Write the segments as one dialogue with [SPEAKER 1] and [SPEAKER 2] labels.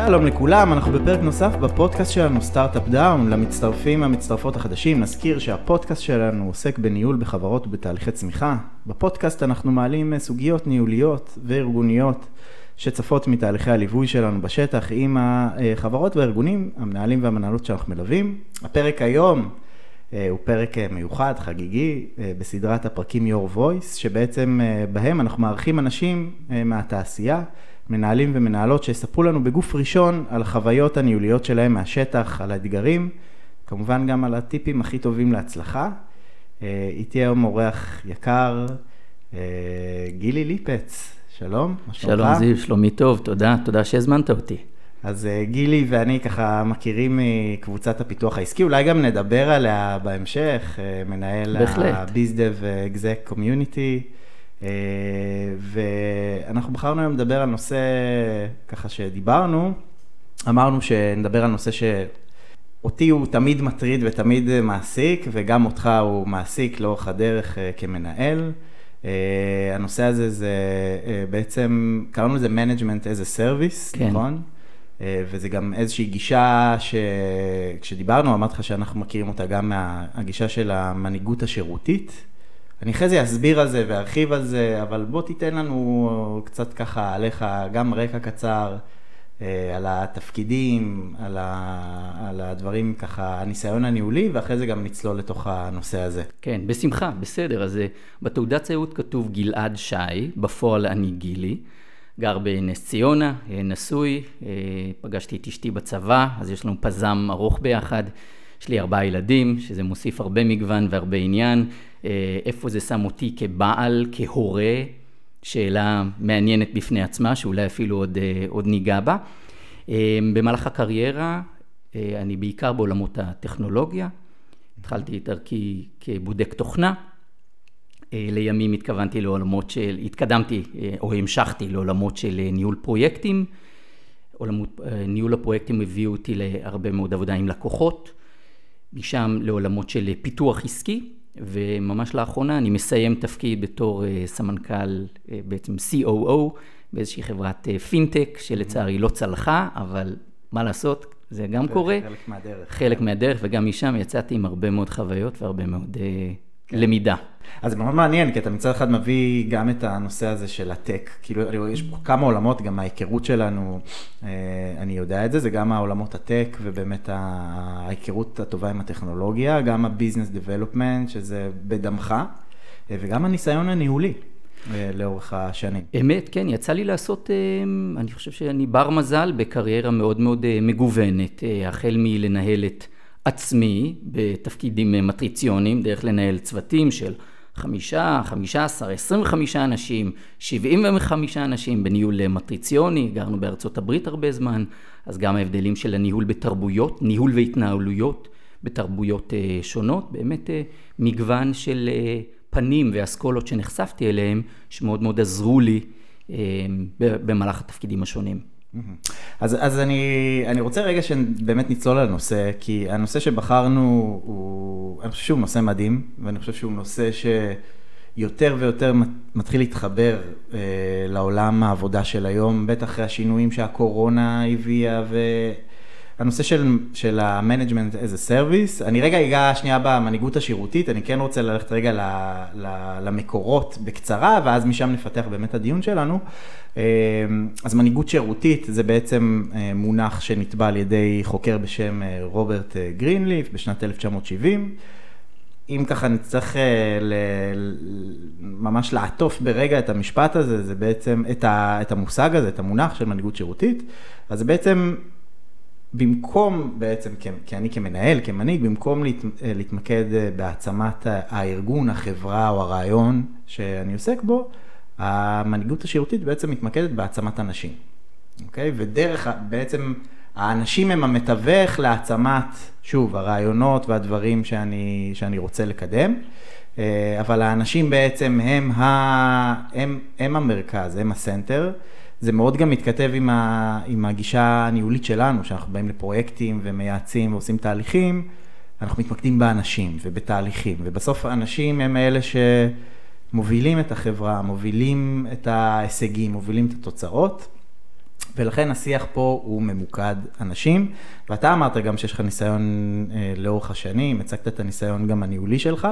[SPEAKER 1] שלום לכולם, אנחנו בפרק נוסף בפודקאסט שלנו סטארט-אפ דאון. למצטרפים המצטרפות החדשים נזכיר שהפודקאסט שלנו עוסק בניהול בחברות ובתהליכי צמיחה. בפודקאסט אנחנו מעלים סוגיות ניהוליות וארגוניות שצפות מתהליכי הליווי שלנו בשטח עם החברות והארגונים, המנהלים והמנהלות שאנחנו מלווים. הפרק היום הוא פרק מיוחד, חגיגי, בסדרת הפרקים Your Voice, שבעצם בהם אנחנו מארחים אנשים מהתעשייה, מנהלים ומנהלות שיספרו לנו בגוף ראשון על החוויות הניהוליות שלהם מהשטח, על האתגרים, כמובן גם על הטיפים הכי טובים להצלחה. איתי היום אורח יקר, גילי ליפץ, שלום.
[SPEAKER 2] שלום זיו, שלומי טוב, תודה שהזמנת אותי.
[SPEAKER 1] אז גילי ואני ככה מכירים מקבוצת הפיתוח העסקי, אולי גם נדבר עליה בהמשך, מנהל ה-BizDev Exec Community, ואנחנו בחרנו היום לדבר על נושא ככה שדיברנו, אמרנו שנדבר על נושא שאותי הוא תמיד מטריד ותמיד מעסיק, וגם אותך הוא מעסיק לאורך הדרך כמנהל. הנושא הזה זה בעצם, קראנו לזה Management as a Service, כן. נכון? וזה גם איזושהי גישה שכשדיברנו, אמרתי לך שאנחנו מכירים אותה גם מהגישה של המנהיגות השירותית. אני אחרי זה אסביר על זה וארחיב על זה, אבל בוא תיתן לנו קצת ככה עליך, גם רקע קצר, על התפקידים, על הדברים ככה, הניסיון הניהולי, ואחרי זה גם נצלול לתוך הנושא הזה.
[SPEAKER 2] כן, בשמחה, בסדר. אז בתעודת זהות כתוב גלעד שי, בפועל אני גילי, גר בנס ציונה, נשוי, פגשתי את אשתי בצבא, אז יש לנו פזם ארוך ביחד, יש לי 4 ילדים, שזה מוסיף הרבה מגוון והרבה עניין. איפה זה שם אותי כבעל, כהורה, שאלה מעניינת בפני עצמה, שאולי אפילו עוד ניגע בה. במהלך הקריירה, אני בעיקר בעולמות הטכנולוגיה, התחלתי את דרכי כבודק תוכנה, לימים התקדמתי או המשכתי לעולמות של ניהול פרויקטים. ניהול הפרויקטים הביאו אותי להרבה מאוד עבודה עם לקוחות, משם לעולמות של פיתוח עסקי, וממש לאחרונה אני מסיים תפקיד בתור סמנכ"ל, בעצם COO, באיזושהי חברת פינטק, שלצערי לא צלחה, אבל מה לעשות, זה גם קורה. חלק מהדרך, וגם משם יצאתי עם הרבה מאוד חוויות והרבה מאוד למידה.
[SPEAKER 1] אז זה מאוד מעניין, כי אתה מצד אחד מביא גם את הנושא הזה של הטק, כאילו יש כמה עולמות, גם ההיכרות שלנו, אני יודע את זה, זה גם העולמות הטק, ובאמת ההיכרות הטובה עם הטכנולוגיה, גם הביזנס דבלופמנט, שזה בדמך, וגם הניסיון הניהולי לאורך השנים.
[SPEAKER 2] אמת, כן, יצא לי לעשות, אני חושב שאני בר מזל בקריירה מאוד מאוד מגוונת, החל מלנהל את עצמי בתפקידים מטריציוניים, דרך לנהל צוותים של 5, 15, 25 אנשים, 75 אנשים בניהול מטריציוני, גרנו בארצות הברית הרבה זמן, אז גם ההבדלים של הניהול בתרבויות, ניהול והתנהלויות בתרבויות שונות, באמת מגוון של פנים ואסכולות שנחשפתי אליהם, שמאוד מאוד עזרו לי במהלך התפקידים השונים.
[SPEAKER 1] אז אני רוצה רגע שבאמת נצלול על הנושא, כי הנושא שבחרנו אני חושב שהוא נושא מדהים, ואני חושב שהוא נושא שיותר ויותר מתחיל להתחבר לעולם העבודה של היום, בטח אחרי השינויים שהקורונה הביאה, והנושא של ה-Management as a Service. אני רגע אגע שנייה במנהיגות השירותית, אני כן רוצה ללכת רגע למקורות בקצרה, ואז משם נפתח באמת הדיון שלנו. אז מנהיגות שירותית זה בעצם מונח שנטבע על ידי חוקר בשם רוברט גרינליף בשנת 1970. אם ככה נצטרך ממש לעטוף ברגע את המשפט הזה, זה בעצם את המושג הזה, את המונח של מנהיגות שירותית, אז זה בעצם במקום בעצם, כי אני כמנהל, כמנהיג, במקום להתמקד בהעצמת הארגון, החברה או הרעיון שאני עוסק בו, המנהיגות השירותית בעצם מתמקדת בהעצמת אנשים. אוקיי? ודרך בעצם האנשים הם המתווך להעצמת, שוב, הרעיונות והדברים שאני רוצה לקדם, אבל האנשים בעצם הם המרכז, הם הסנטר. זה מאוד גם מתכתב עם הגישה הניהולית שלנו, שאנחנו באים לפרויקטים ומייעצים ועושים תהליכים, אנחנו מתמקדים באנשים ובתהליכים, ובסוף האנשים הם אלה מובילים את החברה, מובילים את ההישגים, מובילים את התוצאות, ולכן השיח פה הוא ממוקד אנשים, ואתה אמרת גם שיש לך ניסיון לאורך השנים, הצגת את הניסיון גם הניהולי שלך.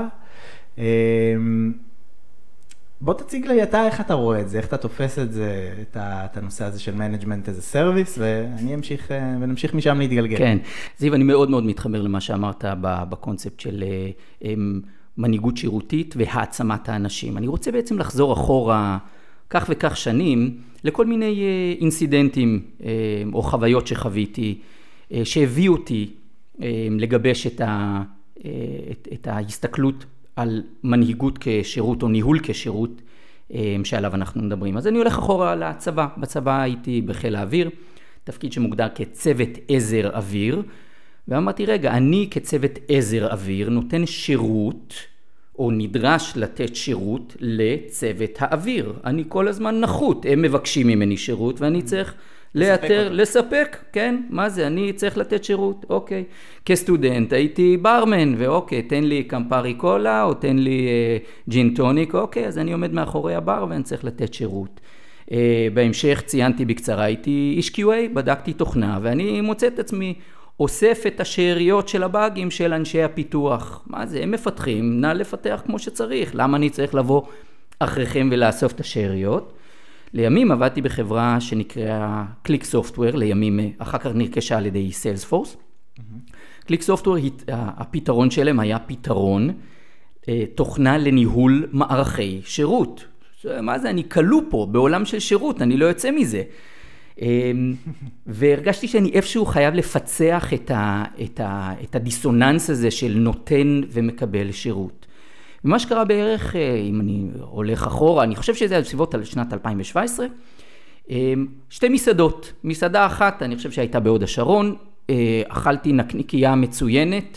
[SPEAKER 1] בוא תציג לי אתה איך אתה רואה את זה, איך אתה תופס את זה, את הנושא הזה של management as a service, ואני אמשיך ונמשיך משם להתגלגל.
[SPEAKER 2] כן, זיו, אני מאוד מאוד מתחבר למה שאמרת בקונספט של מנהיגות שירותית והעצמת האנשים. אני רוצה בעצם לחזור אחורה כך וכך שנים לכל מיני אינסידנטים או חוויות שחוויתי, שהביאו אותי לגבש את ההסתכלות על מנהיגות כשירות או ניהול כשירות שעליו אנחנו מדברים. אז אני הולך אחורה לצבא. בצבא הייתי בחיל האוויר, תפקיד שמוגדר כצוות עזר אוויר, ואמרתי, רגע, אני כצוות עזר אוויר נותן שירות, או נדרש לתת שירות לצוות האוויר. אני כל הזמן נחות, הם מבקשים ממני שירות, ואני צריך לספק, כן? מה זה? אני צריך לתת שירות, אוקיי. כסטודנט הייתי ברמן, ואוקיי, תן לי קמפרי קולה, או תן לי ג'ין טוניק, אוקיי, אז אני עומד מאחורי הבר, ואני צריך לתת שירות. בהמשך ציינתי בקצרה, הייתי איש QA, בדקתי תוכנה, ואני מוצא את עצמי, אוסף את השאריות של הבאגים של אנשי הפיתוח. מה זה? הם מפתחים, נא לפתח כמו שצריך. למה אני צריך לבוא אחריכם ולאסוף את השאריות? לימים עבדתי בחברה שנקראה קליק סופטוור, לימים אחר כך נרכשה על ידי סיילספורס. קליק סופטוור, הפתרון שלהם היה פתרון תוכנה לניהול מערכי שירות. מה זה? אני כלוא פה בעולם של שירות, אני לא יוצא מזה. והרגשתי שאני איפשהו חייב לפצח את הדיסוננס הזה של נותן ומקבל שירות. ומה שקרה בערך, אם אני הולך אחורה, אני חושב שזה סביבות על שנת 2017, שתי מסעדות. מסעדה אחת, אני חושב שהייתה בהוד השרון, אכלתי נקניקייה מצוינת,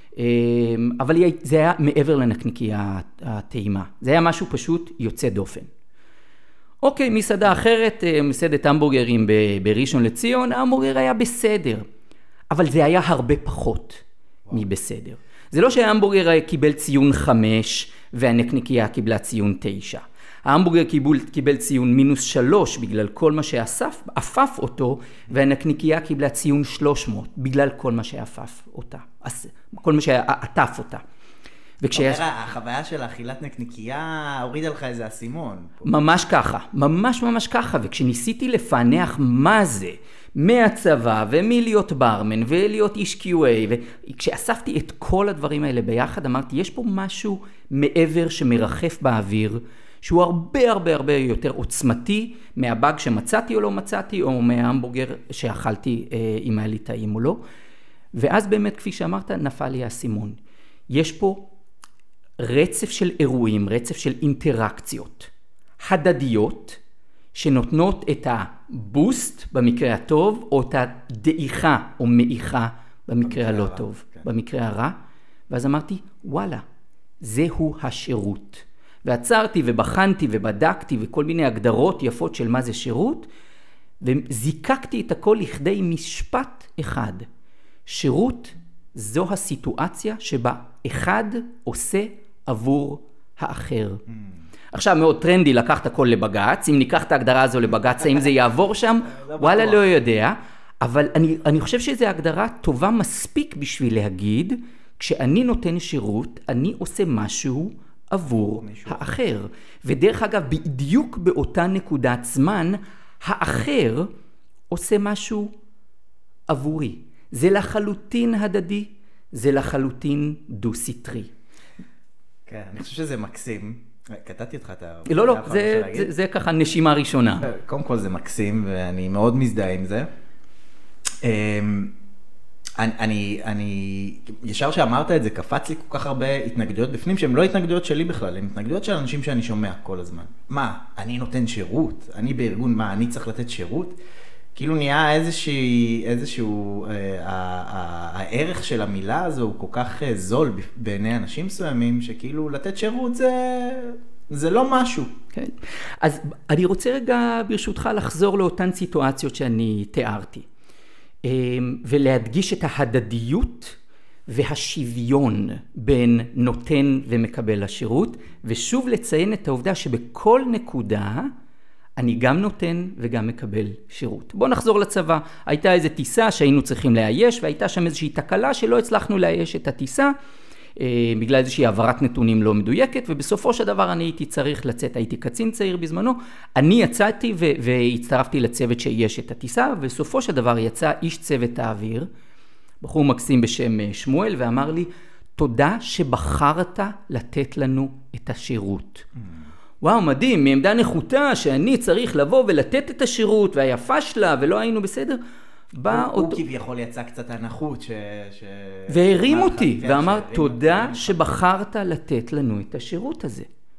[SPEAKER 2] אבל זה היה מעבר לנקניקייה הטעימה. זה היה משהו פשוט יוצא דופן. אוקיי, מסעדה אחרת, מסעדת המבורגרים בראשון לציון, ההמבורגר היה בסדר, אבל זה היה הרבה פחות מבסדר. זה לא שההמבורגר קיבל ציון 5 והנקניקייה קיבלה ציון 9. ההמבורגר קיבל ציון -3 בגלל כל מה שאפף אותו, והנקניקייה קיבלה ציון 300 בגלל כל מה שאפף אותה, כל מה שעטף אותה.
[SPEAKER 1] החוויה של אכילת נקניקייה הורידה לך איזה אסימון.
[SPEAKER 2] ממש ככה, ממש ככה, וכשניסיתי לפענח מה זה מהצבא ומלהיות ברמן ולהיות איש QA, וכשאספתי את כל הדברים האלה ביחד, אמרתי, יש פה משהו מעבר שמרחף באוויר, שהוא הרבה יותר עוצמתי מהבאג שמצאתי או לא מצאתי, או מההמבורגר שאכלתי אם היה לי טעים או לא. ואז באמת, כפי שאמרת, נפל לי האסימון. יש פה רצף של אירועים, רצף של אינטראקציות הדדיות, שנותנות את הבוסט במקרה הטוב, או את הדעיכה או מעיכה במקרה הלא טוב, במקרה הרע. ואז אמרתי, וואלה, זהו השירות. ועצרתי ובחנתי ובדקתי וכל מיני הגדרות יפות של מה זה שירות, וזיקקתי את הכל לכדי משפט אחד. שירות זו הסיטואציה שבה אחד עושה עבור האחר. עכשיו מאוד טרנדי לקחת הכל לבגץ, אם ניקח את ההגדרה הזו לבגץ, האם זה יעבור שם? וואלה לא יודע, אבל אני חושב שזו הגדרה טובה מספיק בשביל להגיד, כשאני נותן שירות, אני עושה משהו עבור האחר. ודרך אגב, בדיוק באותה נקודת זמן, האחר עושה משהו עבורי. זה לחלוטין הדדי, זה לחלוטין דו-סטרי.
[SPEAKER 1] כן, אני חושב שזה מקסים. קטעתי אותך, אתה...
[SPEAKER 2] לא, זה ככה נשימה ראשונה.
[SPEAKER 1] קודם כל זה מקסים, ואני מאוד מזדהה עם זה. אני, ישר שאמרת את זה, קפץ לי כל כך הרבה התנגדויות בפנים, שהן לא התנגדויות שלי בכלל, הן התנגדויות של אנשים שאני שומע כל הזמן. מה, אני נותן שירות? אני בארגון, מה, אני צריך לתת שירות? כאילו נהיה איזשהו, הערך של המילה הזו הוא כל כך זול בעיני אנשים מסוימים, שכאילו לתת שירות זה לא משהו.
[SPEAKER 2] כן. אז אני רוצה רגע ברשותך לחזור לאותן סיטואציות שאני תיארתי, ולהדגיש את ההדדיות והשוויון בין נותן ומקבל השירות, ושוב לציין את העובדה שבכל נקודה אני גם נותן וגם מקבל שירות. בואו נחזור לצבא. הייתה איזו טיסה שהיינו צריכים לאייש, והייתה שם איזושהי תקלה שלא הצלחנו לאייש את הטיסה, בגלל איזושהי העברת נתונים לא מדויקת, ובסופו של דבר אני הייתי צריך לצאת, הייתי קצין צעיר בזמנו, אני יצאתי והצטרפתי לצוות שאייש את הטיסה, ובסופו של דבר יצא איש צוות האוויר, בחור מקסים בשם שמואל, ואמר לי, תודה שבחרת לתת לנו את השירות. וואו, מדהים, מעמדה נחותה שאני צריך לבוא ולתת את השירות, והיפה שלה, ולא היינו בסדר.
[SPEAKER 1] הוא כביכול יצא קצת הנחות
[SPEAKER 2] והרים אותי, ואמר, תודה שבחרת לתת לנו את השירות הזה.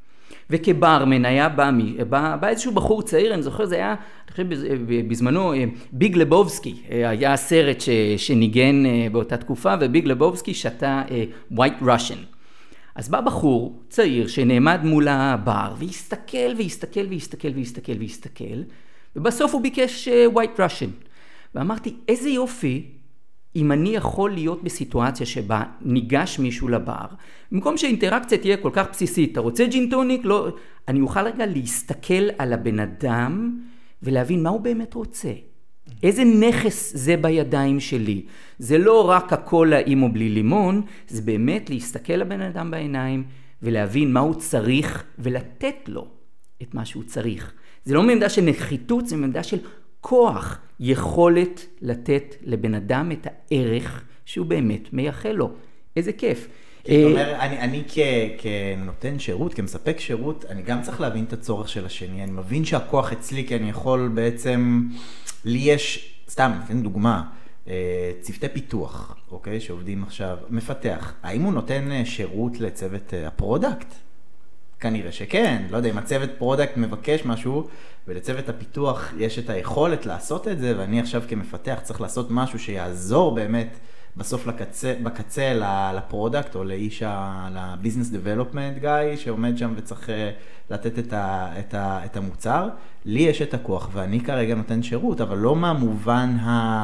[SPEAKER 2] וכברמן היה בא איזשהו בחור צעיר, אני זוכר, זה היה, אני חושב בזמנו, ביג לבובסקי, היה סרט שניגן באותה תקופה, וביג לבובסקי שתה White Russian. אז בא בחור צעיר שנעמד מול הבר, והסתכל והסתכל והסתכל והסתכל והסתכל, ובסוף הוא ביקש White Russian. ואמרתי, איזה יופי אם אני יכול להיות בסיטואציה שבה ניגש מישהו לבר, במקום שהאינטראקציה תהיה כל כך בסיסית, אתה רוצה ג'ין טוניק? לא. אני אוכל רגע להסתכל על הבן אדם ולהבין מה הוא באמת רוצה. איזה נכס זה בידיים שלי. זה לא רק הקולה עם או בלי לימון, זה באמת להסתכל לבן אדם בעיניים ולהבין מה הוא צריך ולתת לו את מה שהוא צריך. זה לא מעמדה של נחיתות, זה מעמדה של כוח, יכולת לתת לבן אדם את הערך שהוא באמת מייחל לו. איזה כיף.
[SPEAKER 1] זאת אומרת, אני כנותן שירות, כמספק שירות, אני גם צריך להבין את הצורך של השני. אני מבין שהכוח אצלי, כי אני יכול בעצם, לי יש, סתם, ניתן דוגמה, צוותי פיתוח, אוקיי, שעובדים עכשיו, מפתח. האם הוא נותן שירות לצוות הפרודקט? כנראה שכן, לא יודע, אם הצוות פרודקט מבקש משהו, ולצוות הפיתוח יש את היכולת לעשות את זה, ואני עכשיו כמפתח צריך לעשות משהו שיעזור באמת בסוף בקצה לפרודקט, או לאיש, לביזנס דבלופמנט גאי, שעומד שם וצריך לתת את המוצר. לי יש את הכוח, ואני כרגע נותן שירות, אבל לא מהמובן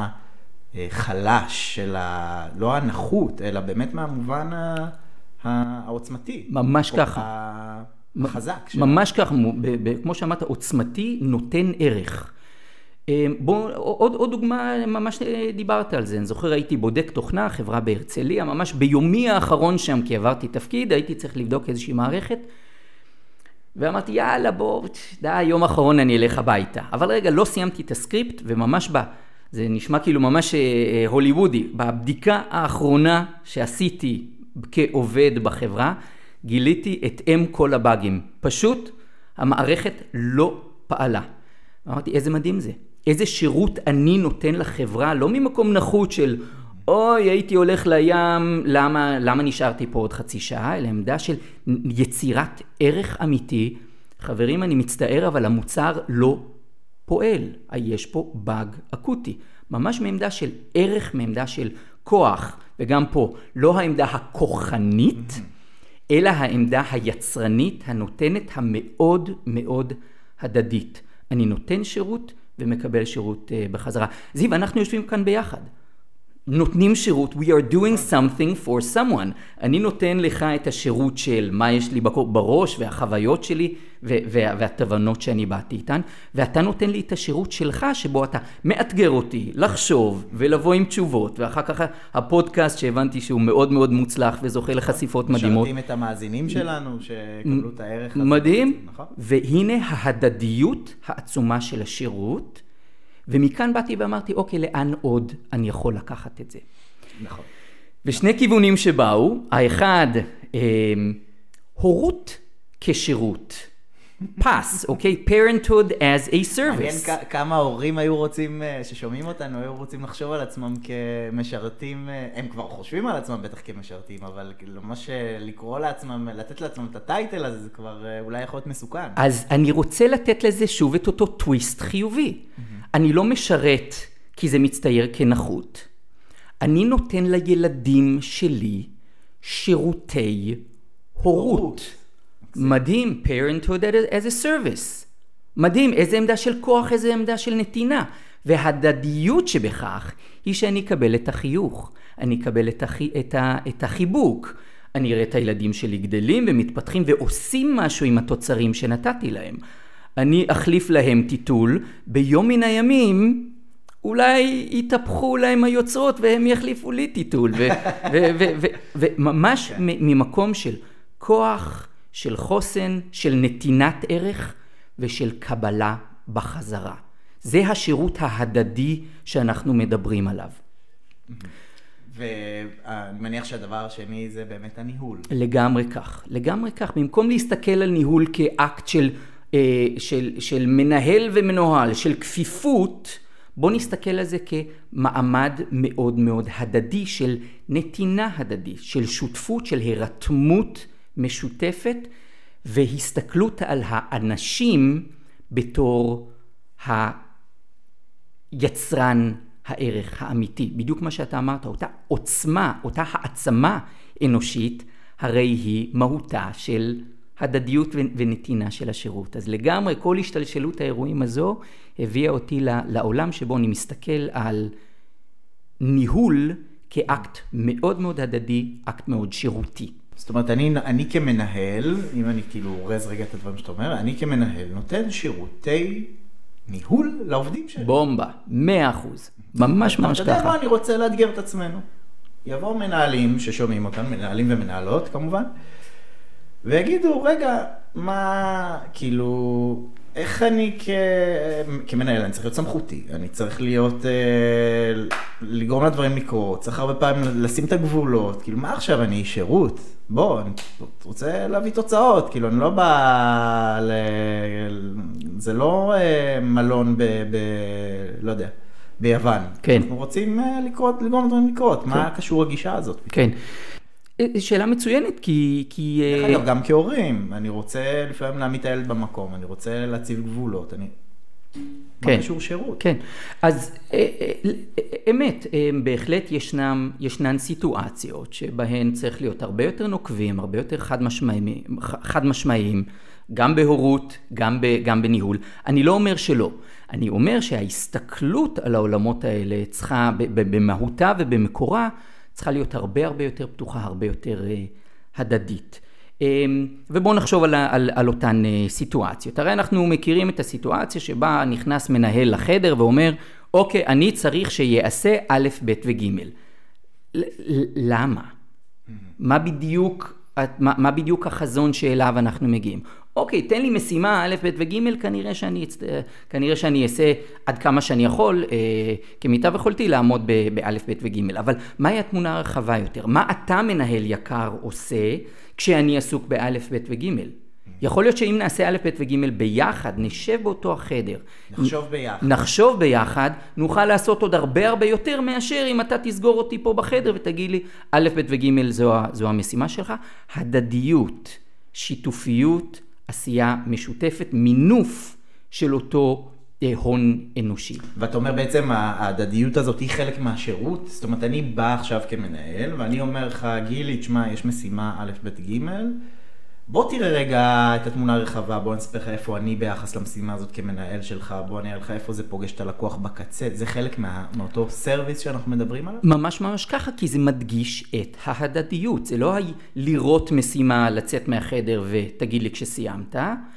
[SPEAKER 1] החלש של לא הנחות, אלא באמת מהמובן העוצמתי.
[SPEAKER 2] ממש ככה.
[SPEAKER 1] חזק.
[SPEAKER 2] ממש ככה, כמו שאמרת, עוצמתי נותן ערך. בוא, עוד דוגמה, ממש דיברת על זה. אני זוכר, הייתי בודק תוכנה, חברה בהרצליה, ממש ביומי האחרון שם, כי עברתי תפקיד, הייתי צריך לבדוק איזושהי מערכת, ואמרתי, יאללה, בוא, יום האחרון אני אלך הביתה. אבל רגע, לא סיימתי את הסקריפט, וממש זה נשמע כאילו ממש הוליוודי. בבדיקה האחרונה שעשיתי כעובד בחברה, גיליתי את כל הבאגים. פשוט המערכת לא פעלה. אמרתי, איזה מדהים זה. איזה שירות אני נותן לחברה, לא ממקום נחות של, אוי, הייתי הולך לים, למה נשארתי פה עוד חצי שעה? אלא עמדה של יצירת ערך אמיתי. חברים, אני מצטער, אבל המוצר לא פועל. יש פה באג אקוטי. ממש מעמדה של ערך, מעמדה של כוח. וגם פה, לא העמדה הכוחנית, אלא העמדה היצרנית, הנותנת המאוד מאוד הדדית. אני נותן שירות ומקבל שירות בחזרה. זיו, אנחנו יושבים כאן ביחד. נותנים שירות, we are doing something for someone. אני נותן לך את השירות של מה יש לי בראש והחוויות שלי והתובנות שאני באתי איתן, ואתה נותן לי את השירות שלך שבו אתה מאתגר אותי לחשוב ולבוא עם תשובות, ואחר כך הפודקאסט שהבנתי שהוא מאוד מאוד מוצלח וזוכה לחשיפות מדהימות.
[SPEAKER 1] משרתים את המאזינים שלנו שקבלו את הערך הזה.
[SPEAKER 2] מדהים, והנה ההדדיות העצומה של השירות, ומכאן באתי ואמרתי, אוקיי, לאן עוד אני יכול לקחת את זה?
[SPEAKER 1] נכון.
[SPEAKER 2] ושני כיוונים שבאו, האחד, הורות כשירות. פס, אוקיי? Parenthood as a service.
[SPEAKER 1] מעניין כמה הורים היו רוצים, ששומעים אותנו, היו רוצים לחשוב על עצמם כמשרתים, הם כבר חושבים על עצמם בטח כמשרתים, אבל ממש לקרוא לעצמם, לתת לעצמם את הטייטל הזה, זה כבר אולי יכול להיות מסוכן.
[SPEAKER 2] אז אני רוצה לתת לזה שוב את אותו טוויסט חיובי. אני לא משרת כי זה מצטייר כנחות. אני נותן לילדים שלי שירותי הורות. מדהים, parenthood as a service. מדהים, איזה עמדה של כוח, איזה עמדה של נתינה. וההדדיות שבכך היא שאני אקבל את החיוך. אני אקבל את החיבוק. אני אראה את הילדים שלי גדלים ומתפתחים ועושים משהו עם התוצרים שנתתי להם. אני אחליף להם טיטול, ביום מן הימים אולי יתהפכו להם היוצרות והם יחליפו לי טיטול, וממש ממקום של כוח, של חוסן, של נתינת ערך ושל קבלה בחזרה. זה השירות ההדדי שאנחנו מדברים עליו.
[SPEAKER 1] ואני מניח שהדבר השני זה באמת הניהול.
[SPEAKER 2] לגמרי כך, לגמרי כך. במקום להסתכל על ניהול כאקט של מנהל ומנוהל, של כפיפות, בוא נסתכל על זה כמעמד מאוד מאוד הדדי, של נתינה הדדית, של שותפות, של הרתמות משותפת, והסתכלות על האנשים בתור היצרן הערך האמיתי. בדיוק מה שאתה אמרת, אותה עוצמה, אותה העצמה אנושית, הרי היא מהותה של הדדיות ונתינה של השירות. אז לגמרי כל השתלשלות האירועים הזו הביאה אותי לעולם שבו אני מסתכל על ניהול כאקט מאוד מאוד הדדי, אקט מאוד שירותי.
[SPEAKER 1] זאת אומרת, אני כמנהל, אם אני כאילו רז רגע את הדברים שאתה אומר, אני כמנהל נותן שירותי ניהול לעובדים שלי.
[SPEAKER 2] בומבה, 100%. ממש ממש ככה.
[SPEAKER 1] אתה יודע מה, אני רוצה לאתגר את עצמנו. יבואו מנהלים ששומעים אותם, מנהלים ומנהלות כמובן, ויגידו, רגע, מה, כאילו, איך אני כמנהל, אני צריך להיות סמכותי, אני צריך להיות, לגרום לדברים לקרות, צריך הרבה פעמים לשים את הגבולות, כאילו, מה עכשיו, אני שירות? בוא, אני רוצה להביא תוצאות, כאילו, אני לא בא, זה לא מלון לא יודע, ביוון.
[SPEAKER 2] כן.
[SPEAKER 1] אנחנו רוצים לגרום לדברים לקרות, מה קשור הגישה הזאת?
[SPEAKER 2] כן. שאלה מצוינת, כי...
[SPEAKER 1] דרך אגב, גם כהורים, אני רוצה לפעמים להעמיד את הילד במקום, אני רוצה להציב גבולות, מה קשור שירות?
[SPEAKER 2] כן, אז אמת, בהחלט ישנן סיטואציות שבהן צריך להיות הרבה יותר נוקבים, הרבה יותר חד משמעיים, גם בהורות, גם בניהול. אני לא אומר שלא, אני אומר שההסתכלות על העולמות האלה צריכה במהותה ובמקורה, צריכה להיות הרבה הרבה יותר פתוחה, הרבה יותר הדדית. ובואו נחשוב על אותן סיטואציות. הרי אנחנו מכירים את הסיטואציה שבה נכנס מנהל לחדר ואומר, אוקיי, אני צריך שיעשה א', ב' וג'. למה? מה בדיוק החזון שאליו אנחנו מגיעים? אוקיי, תן לי משימה א', ב' וג', כנראה שאני אעשה עד כמה שאני יכול, כמיטב יכולתי לעמוד באלף, ב' וג'. אבל מהי התמונה הרחבה יותר? מה אתה מנהל יקר עושה כשאני עסוק באלף, ב' וג'? יכול להיות שאם נעשה א', ב' וג' ביחד, נשב באותו החדר. נחשוב ביחד, נוכל לעשות עוד הרבה הרבה יותר מאשר אם אתה תסגור אותי פה בחדר ותגיד לי, א', ב' וג' זו המשימה שלך. הדדיות, שיתופיות, עשייה משותפת, מינוף של אותו הון אנושי.
[SPEAKER 1] ואתה אומר בעצם ההדדיות הזאת היא חלק מהשירות? זאת אומרת, אני בא עכשיו כמנהל ואני אומר לך, גילי, תשמע, יש משימה א', ב' ג', בוא תראה רגע את התמונה הרחבה, בוא נספר לך איפה אני ביחס למשימה הזאת כמנהל שלך, בוא נראה לך איפה זה פוגש את הלקוח בקצה, זה חלק מאותו סרוויס שאנחנו מדברים עליו?
[SPEAKER 2] ממש ממש ככה, כי זה מדגיש את ההדדיות, זה לא לראות משימה, לצאת מהחדר ותגיד לי כשסיימת,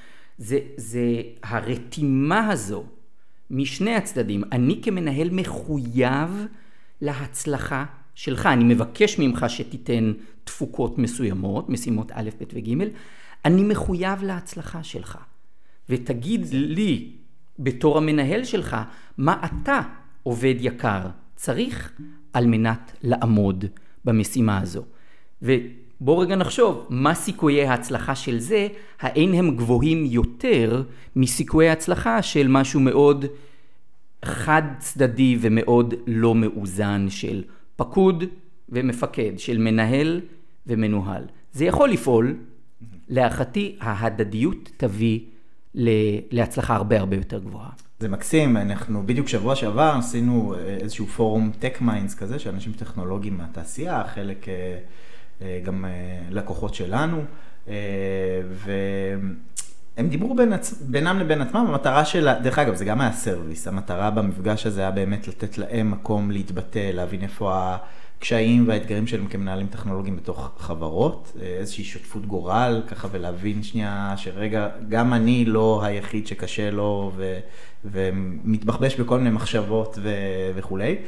[SPEAKER 2] זה הרתימה הזו משני הצדדים. אני כמנהל מחויב להצלחה שלך, אני מבקש ממך שתיתן תפוקות מסוימות, משימות א', ב' וג', אני מחויב להצלחה שלך. ותגיד לי, בתור המנהל שלך, מה אתה, עובד יקר, צריך על מנת לעמוד במשימה הזו. ובוא רגע נחשוב, מה סיכויי ההצלחה של זה, האין הם גבוהים יותר מסיכויי ההצלחה של משהו מאוד חד צדדי ומאוד לא מאוזן של פקוד ומפקד, של מנהל ומנוהל. זה יכול לפעול, להערכתי ההדדיות תביא להצלחה הרבה הרבה יותר גבוהה.
[SPEAKER 1] זה מקסים, אנחנו בדיוק שבוע שעבר עשינו איזשהו פורום טק מיינדס כזה, שאנשים טכנולוגיים מהתעשייה, חלק גם לקוחות שלנו, והם דיברו בינם לבין עצמם, המטרה שלה, דרך אגב, זה גם היה סרוויס, המטרה במפגש הזה היה באמת לתת להם מקום להתבטא, להבין איפה הקשיים והאתגרים שלהם כמנהלים טכנולוגיים בתוך חברות, איזושהי שותפות גורל, ככה ולהבין שנייה שרגע, גם אני לא היחיד שקשה לו ומתבחבש בכל מיני מחשבות וכולי.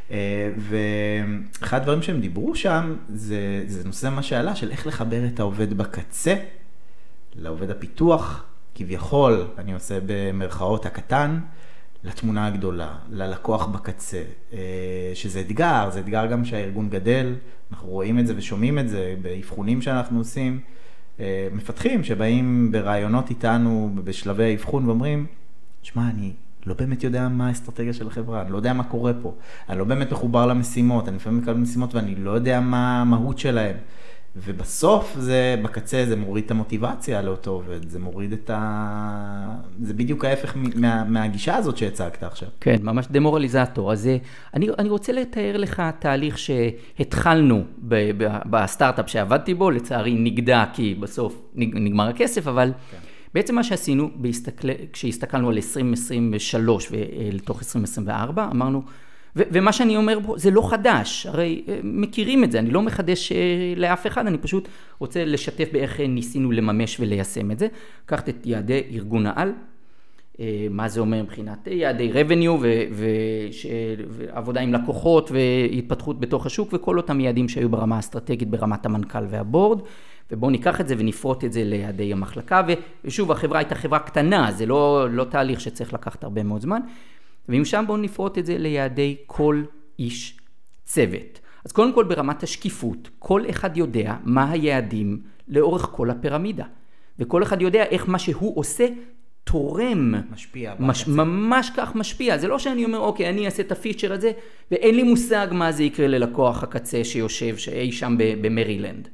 [SPEAKER 1] ואחד הדברים שהם דיברו שם, זה נושא מה שעלה של איך לחבר את העובד בקצה, לעובד הפיתוח, כביכול, אני עושה במרכאות הקטן, לתמונה הגדולה, ללקוח בקצה, שזה אתגר, זה אתגר גם שהארגון גדל, אנחנו רואים את זה ושומעים את זה באבחונים שאנחנו עושים, מפתחים שבאים ברעיונות איתנו בשלבי האבחון ואומרים, שמע, אני לא באמת יודע מה האסטרטגיה של החברה, אני לא יודע מה קורה פה, אני לא באמת מחובר למשימות, אני לפעמים מקבל משימות ואני לא יודע מה המהות שלהם. ובסוף זה, בקצה זה מוריד את המוטיבציה לאותו עובד, זה מוריד זה בדיוק ההפך מהגישה הזאת שהצגת עכשיו.
[SPEAKER 2] כן, ממש דמורליזטור. אז אני רוצה לתאר לך תהליך שהתחלנו בסטארט-אפ שעבדתי בו, לצערי נגדע כי בסוף נגמר הכסף, אבל כן. בעצם מה שעשינו, כשהסתכלנו על 2023 ולתוך 2024, אמרנו, ומה שאני אומר בו, זה לא חדש, הרי מכירים את זה, אני לא מחדש לאף אחד, אני פשוט רוצה לשתף באיך ניסינו לממש וליישם את זה. קחת את יעדי ארגון העל, מה זה אומר מבחינת יעדי revenue ועבודה עם לקוחות והתפתחות בתוך השוק, וכל אותם יעדים שהיו ברמה האסטרטגית, ברמת המנכ"ל והבורד, ובואו ניקח את זה ונפרוט את זה ליעדי המחלקה, ושוב, החברה הייתה חברה קטנה, זה לא תהליך שצריך לקחת הרבה מאוד זמן, ומשם בואו נפרוט את זה ליעדי כל איש צוות. אז קודם כל ברמת השקיפות, כל אחד יודע מה היעדים לאורך כל הפירמידה. וכל אחד יודע איך מה שהוא עושה תורם.
[SPEAKER 1] משפיע.
[SPEAKER 2] ממש כך משפיע. זה לא שאני אומר, אוקיי, אני אעשה את הפיצ'ר הזה, ואין לי מושג מה זה יקרה ללקוח הקצה שיושב אי שם במרילנד.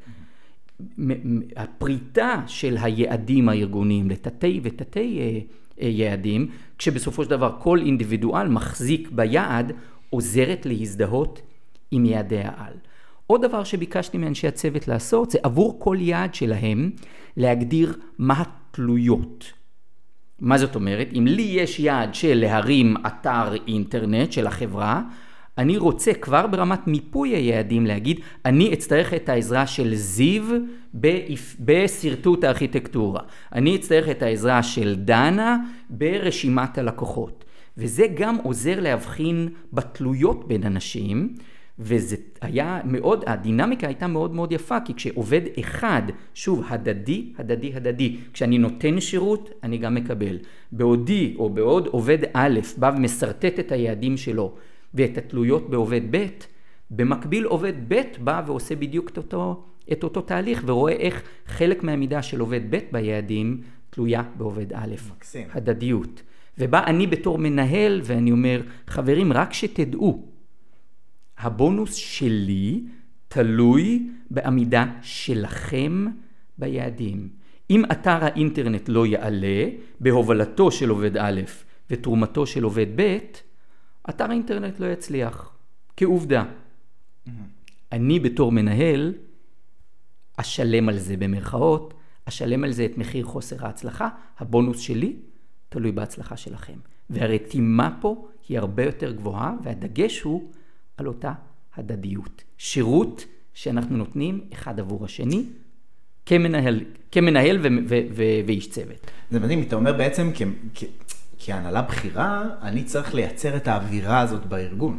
[SPEAKER 2] הפריטה של היעדים הארגוניים לתתי ותתי יעדים, כשבסופו של דבר כל אינדיבידואל מחזיק ביעד, עוזרת להזדהות עם יעדי העל. עוד דבר שביקשתי מאנשי הצוות לעשות, זה עבור כל יעד שלהם להגדיר מה התלויות. מה זאת אומרת? אם לי יש יעד של להרים אתר אינטרנט של החברה, אני רוצה כבר ברמת מיפוי היעדים להגיד, אני אצטרך את העזרה של זיו בסרטוט הארכיטקטורה. אני אצטרך את העזרה של דנה ברשימת הלקוחות. וזה גם עוזר להבחין בתלויות בין אנשים, וזה היה מאוד, הדינמיקה הייתה מאוד מאוד יפה, כי כשעובד אחד, שוב, הדדי, כשאני נותן שירות, אני גם מקבל. בעודי או בעוד עובד א' בא ומסרטט את היעדים שלו, ואת התלויות בעובד ב', במקביל עובד ב' בא ועושה בדיוק את אותו תהליך, ורואה איך חלק מהמידה של עובד ב' ביעדים תלויה בעובד א'.
[SPEAKER 1] מקסים.
[SPEAKER 2] הדדיות. ובא אני בתור מנהל, ואני אומר, חברים, רק שתדעו, הבונוס שלי תלוי בעמידה שלכם ביעדים. אם אתר האינטרנט לא יעלה, בהובלתו של עובד א' ותרומתו של עובד ב', אתר האינטרנט לא יצליח. כעובדה. אני בתור מנהל, אשלם על זה במרכאות, אשלם על זה את מחיר חוסר ההצלחה, הבונוס שלי תלוי בהצלחה שלכם. והרתימה פה היא הרבה יותר גבוהה, והדגש הוא על אותה הדדיות. שירות שאנחנו נותנים אחד עבור השני, כמנהל ואיש צוות.
[SPEAKER 1] זה מדהים, אתה אומר בעצם כהנהלה בחירה, אני צריך לייצר את האווירה הזאת בארגון.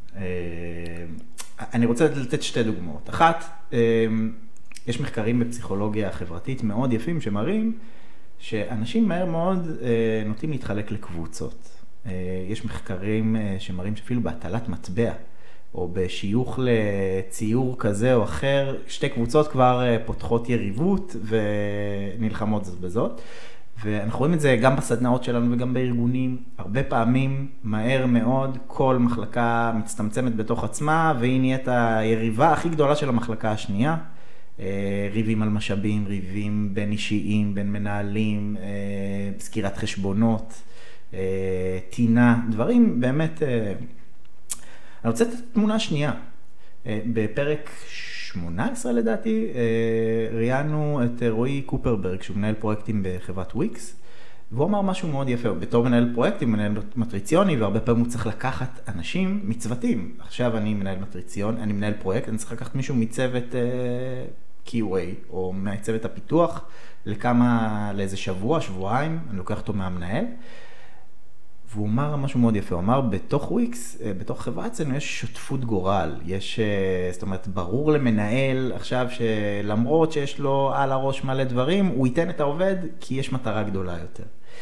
[SPEAKER 1] אני רוצה לתת שתי דוגמאות. אחת, יש מחקרים בפסיכולוגיה חברתית מאוד יפים שמראים שאנשים מהר מאוד נוטים להתחלק לקבוצות. יש מחקרים שמראים שאפילו בהטלת מטבע, או בשיוך לציור כזה או אחר, שתי קבוצות כבר פותחות יריבות ונלחמות זאת בזאת. ואנחנו רואים את זה גם בסדנאות שלנו וגם בארגונים. הרבה פעמים, מהר מאוד, כל מחלקה מצטמצמת בתוך עצמה, והיא נהיית היריבה הכי גדולה של המחלקה השנייה. ריבים על משאבים, ריבים בין אישיים, בין מנהלים, סגירת חשבונות, טינה, דברים באמת. אני רוצה את התמונה שנייה. בפרק 18 לדעתי, ראיינו את רועי קופרברג, שהוא מנהל פרויקטים בחברת וויקס, והוא אמר משהו מאוד יפה, בתור מנהל פרויקטים, מנהל מטריציוני, והרבה פעמים הוא צריך לקחת אנשים מצוותים. עכשיו אני מנהל מטריציון, אני מנהל פרויקט, אני צריך לקחת מישהו מצוות QA, או מצוות הפיתוח, לאיזה שבוע, שבועיים, אני לוקח אותו מהמנהל, והוא אמר משהו מאוד יפה, הוא אמר, בתוך וויקס, בתוך חברה אצלנו יש שותפות גורל, זאת אומרת, ברור למנהל עכשיו שלמרות שיש לו על הראש מלא דברים, הוא ייתן את העובד כי יש מטרה גדולה יותר.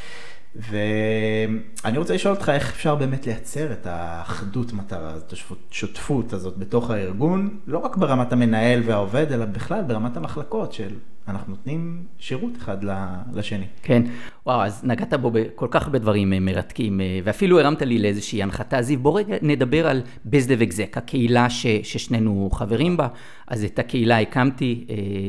[SPEAKER 1] ואני רוצה לשאול אותך איך אפשר באמת לייצר את האחדות מטרה, את השותפות הזאת בתוך הארגון, לא רק ברמת המנהל והעובד, אלא בכלל ברמת המחלקות של אנחנו נותנים שירות אחד לשני.
[SPEAKER 2] כן, וואו, אז נגעת בו בכל כך הרבה דברים מרתקים, ואפילו הרמת לי לאיזושהי הנחתה. זיו, בוא רגע נדבר על BizDev Exec, הקהילה ששנינו חברים בה. אז את הקהילה הקמתי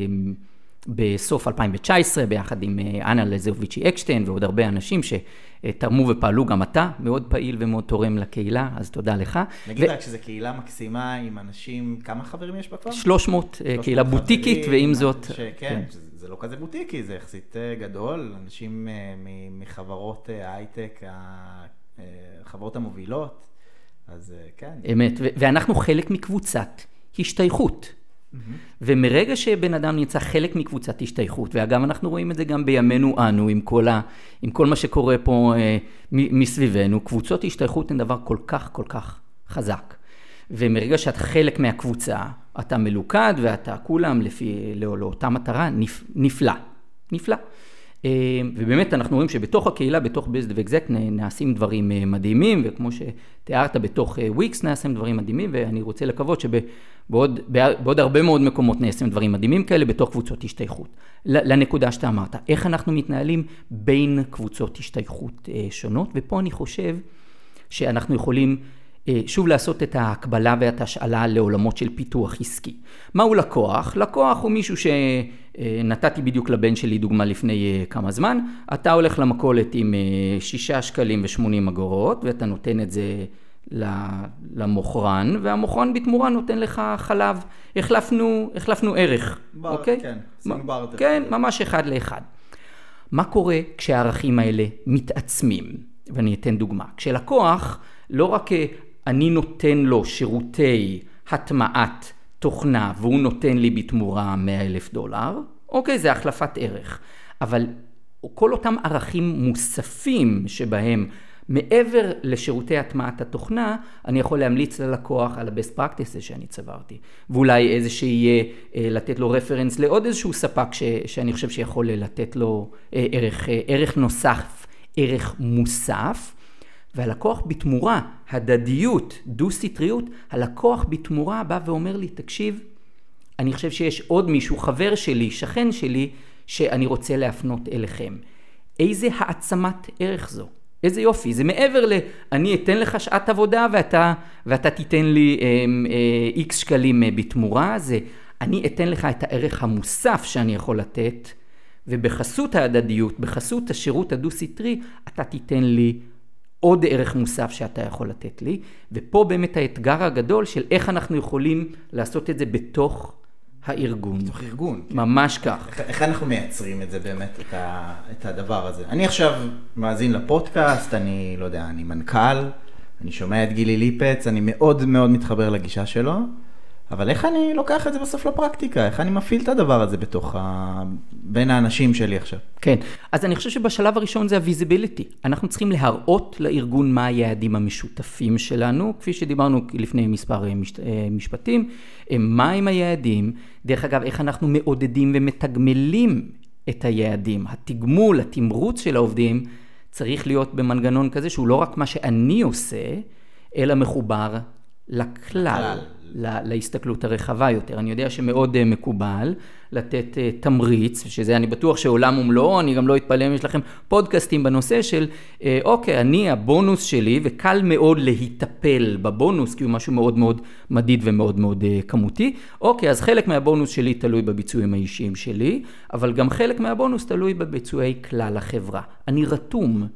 [SPEAKER 2] בסוף 2019, ביחד עם אנה לזרוביצ'י אקשטיין, ועוד הרבה אנשים שתרמו ופעלו, גם אתה מאוד פעיל ומאוד תורם לקהילה, אז תודה לך.
[SPEAKER 1] נגיד רק שזו קהילה מקסימה עם אנשים, כמה חברים יש בה כבר?
[SPEAKER 2] 300, קהילה בוטיקית, ועם זאת...
[SPEAKER 1] כן, זה לא כזה בוטיקי, זה יחסית גדול, אנשים מחברות הייטק, החברות המובילות, אז כן.
[SPEAKER 2] אמת, ואנחנו חלק מקבוצת השתייכות. ומרגע שבן אדם נמצא חלק מקבוצת השתייכות, ואגב אנחנו רואים את זה גם בימינו אנו, עם כל מה שקורה פה מסביבנו, קבוצות השתייכות הן דבר כל כך כל כך חזק. ומרגע שאת חלק מהקבוצה, אתה מלוכד ואתה כולם לאותה מטרה, נפלא. נפלא. ובאמת אנחנו רואים שבתוך הקהילה, בתוך BizDev Exec נעשים דברים מדהימים, וכמו שתיארת בתוך וויקס נעשים דברים מדהימים, ואני רוצה לקוות שבעוד הרבה מאוד מקומות נעשים דברים מדהימים כאלה בתוך קבוצות השתייכות. לנקודה שאתה אמרת, איך אנחנו מתנהלים בין קבוצות השתייכות שונות, ופה אני חושב שאנחנו יכולים שוב לעשות את ההקבלה ואת השאלה לעולמות של פיתוח עסקי. מהו לקוח? לקוח הוא מישהו שנתתי בדיוק לבן שלי דוגמה לפני כמה זמן. אתה הולך למכולת עם 6.80 ואתה נותן את זה למוכרן, והמוכרן בתמורה נותן לך חלב. החלפנו ערך. אוקיי?
[SPEAKER 1] כן, עשינו בארטר.
[SPEAKER 2] כן, ממש אחד לאחד. מה קורה כשהערכים האלה מתעצמים? ואני אתן דוגמה. כשלקוח לא רק אני נותן לו שירותי הטמעת תוכנה, והוא נותן לי בתמורה $100,000, אוקיי, זה החלפת ערך. אבל כל אותם ערכים מוספים שבהם, מעבר לשירותי הטמעת התוכנה, אני יכול להמליץ ללקוח על ה-best practices שאני צברתי. ואולי איזה שיהיה לתת לו רפרנס לעוד איזשהו ספק שאני חושב שיכול לתת לו ערך נוסף, ערך מוסף. והלקוח בתמורה, הדדיות, דו-סטריות, הלקוח בתמורה בא ואומר לי, תקשיב, אני חושב שיש עוד מישהו, חבר שלי, שכן שלי, שאני רוצה להפנות אליכם. איזה העצמת ערך זו? איזה יופי, זה מעבר אני אתן לך שעת עבודה ואתה תיתן לי X שקלים בתמורה, זה אני אתן לך את הערך המוסף שאני יכול לתת, ובחסות ההדדיות, בחסות השירות הדו-סטרי, אתה תיתן לי עוד ערך מוסף שאתה יכול לתת לי, ופה באמת האתגר הגדול של איך אנחנו יכולים לעשות את זה בתוך הארגון.
[SPEAKER 1] בתוך ארגון.
[SPEAKER 2] ממש כך.
[SPEAKER 1] איך אנחנו מייצרים את זה באמת, את הדבר הזה? אני עכשיו מאזין לפודקאסט, אני לא יודע, אני מנכ"ל, אני שומע את גילי ליפץ, אני מאוד מאוד מתחבר לגישה שלו, אבל איך אני לוקח את זה בסוף לפרקטיקה? איך אני מפעיל את הדבר הזה בין האנשים שלי עכשיו?
[SPEAKER 2] כן, אז אני חושב שבשלב הראשון זה ה-visibility. אנחנו צריכים להראות לארגון מה היעדים המשותפים שלנו, כפי שדיברנו לפני מספר משפטים, מה עם היעדים, דרך אגב, איך אנחנו מעודדים ומתגמלים את היעדים. התגמול, התמרוץ של העובדים צריך להיות במנגנון כזה, שהוא לא רק מה שאני עושה, אלא מחובר לכלל. להסתכלות הרחבה יותר. אני יודע שמאוד מקובל לתת תמריץ, שזה אני בטוח שעולם ומלואו, אני גם לא אתפלא אם יש לכם פודקאסטים בנושא של, אוקיי, הבונוס שלי, וקל מאוד להיטפל בבונוס, כי הוא משהו מאוד מאוד מדיד ומאוד מאוד כמותי. אוקיי, אז חלק מהבונוס שלי תלוי בביצועים האישיים שלי, אבל גם חלק מהבונוס תלוי בביצועי כלל החברה. אני רתום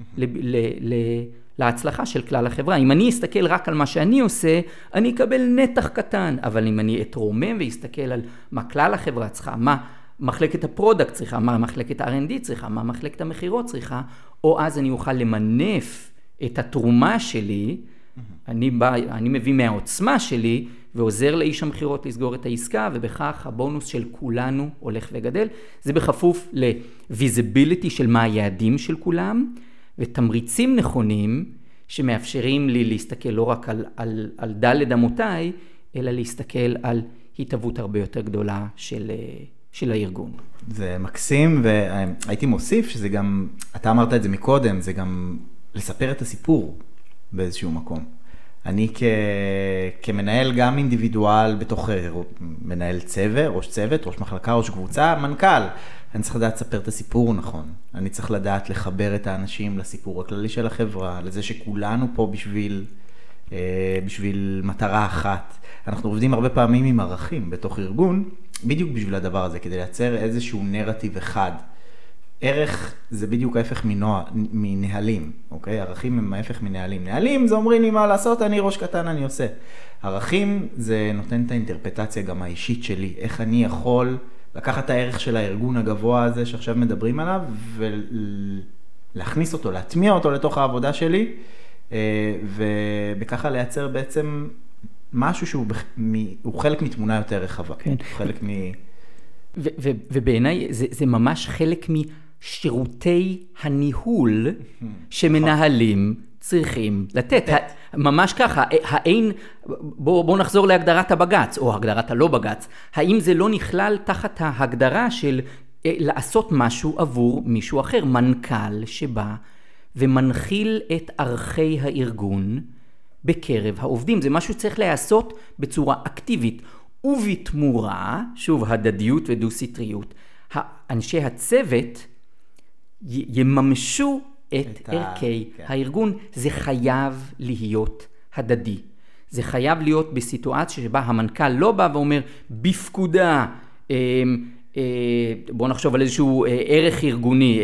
[SPEAKER 2] להצלחה של כלל החברה. אם אני אסתכל רק על מה שאני עושה, אני אקבל נתח קטן, אבל אם אני אתרומם ואסתכל על מה כלל החברה צריכה, מחלקת הפרודקט צריכה, מה מחלקת ה-R&D צריכה, מה מחלקת המחירות צריכה, או אז אני אוכל למנף את התרומה שלי, אני מביא מהעוצמה שלי, ועוזר לאיש המחירות לסגור את העסקה, ובכך הבונוס של כולנו הולך וגדל. זה בכפוף ל-visibility של מה היעדים של כולם, ותמריצים נכונים שמאפשרים לי להסתכל לא רק על דלת אמותיי, אלא להסתכל על התהוות הרבה יותר גדולה של הארגון.
[SPEAKER 1] זה מקסים, והייתי מוסיף שזה גם, אתה אמרת את זה מקודם, זה גם לספר את הסיפור באיזשהו מקום. אני כמנהל גם אינדיבידואל בתוך מנהל צוות, ראש צוות, ראש מחלקה, ראש קבוצה, מנכ"ל. אני צריך לדעת לספר את הסיפור נכון. אני צריך לדעת לחבר את האנשים לסיפור הכללי של החברה, לזה שכולנו פה בשביל מטרה אחת. אנחנו עובדים הרבה פעמים עם ערכים בתוך ארגון, בדיוק בשביל הדבר הזה, כדי לייצר איזשהו נרטיב אחד. ערך זה בדיוק ההפך מנהלים, אוקיי? ערכים הם ההפך מנהלים. נהלים זה אומרים לי מה לעשות, אני ראש קטן, אני עושה. ערכים זה נותן את האינטרפטציה גם האישית שלי, איך אני יכול לקחת את הערך של הארגון הגבוה הזה שעכשיו מדברים עליו, ולהכניס אותו, להטמיע אותו לתוך העבודה שלי, ובככה לייצר בעצם משהו שהוא חלק מתמונה יותר רחבה. כן. הוא חלק
[SPEAKER 2] ובעיניי זה ממש חלק משירותי הניהול שמנהלים צריכים לתת. ממש ככה, בואו נחזור להגדרת הבגץ, או הגדרת הלא בגץ. האם זה לא נכלל תחת ההגדרה של לעשות משהו עבור מישהו אחר? מנכ"ל שבא ומנחיל את ערכי הארגון בקרב העובדים. זה משהו שצריך לעשות בצורה אקטיבית. ובתמורה, שוב, הדדיות ודו-סטריות, אנשי הצוות יממשו את ערכי הארגון. זה חייב להיות הדדי. זה חייב להיות בסיטואציה שבה המנכ"ל לא בא ואומר, בפקודה, בואו נחשוב על איזשהו ערך ארגוני.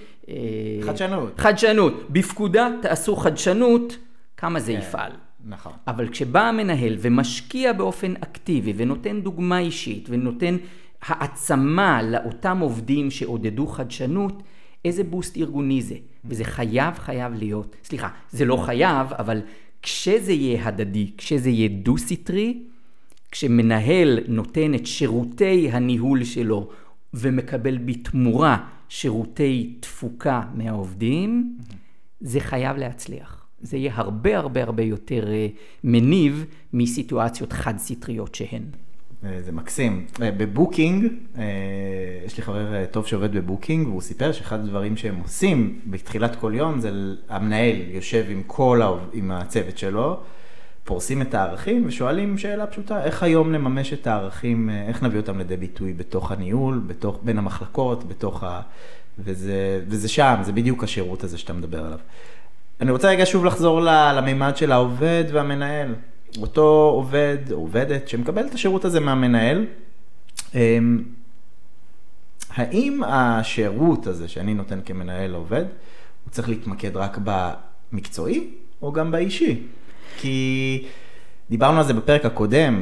[SPEAKER 2] חדשנות. בפקודה תעשו חדשנות, כמה זה יפעל.
[SPEAKER 1] נכון.
[SPEAKER 2] אבל כשבא המנהל ומשקיע באופן אקטיבי ונותן דוגמה אישית ונותן העצמה לאותם עובדים שעודדו חדשנות, איזה בוסט ארגוני זה. וזה חייב להיות, סליחה, זה לא חייב, אבל כשזה יהיה הדדי, כשזה יהיה דו-סטרי, כשמנהל נותן את שירותי הניהול שלו ומקבל בתמורה שירותי תפוקה מהעובדים, זה חייב להצליח. זה יהיה הרבה יותר מניב מסיטואציות חד-סטריות שהן.
[SPEAKER 1] זה מקסים. בבוקינג, יש לי חבר טוב שעובד בבוקינג, והוא סיפר שאחד הדברים שהם עושים בתחילת כל יום, זה המנהל יושב עם הצוות שלו, פורסים את הערכים ושואלים שאלה פשוטה, איך היום נממש את הערכים, איך נביא אותם לידי ביטוי בתוך הניהול, בין המחלקות, וזה שם, זה בדיוק השירות הזה שאתה מדבר עליו. אני רוצה רגע שוב לחזור למימד של העובד והמנהל. אותו עובד או עובדת שמקבל את השירות הזה מהמנהל, האם השירות הזה שאני נותן כמנהל לעובד, הוא צריך להתמקד רק במקצועי או גם באישי? כי דיברנו על זה בפרק הקודם,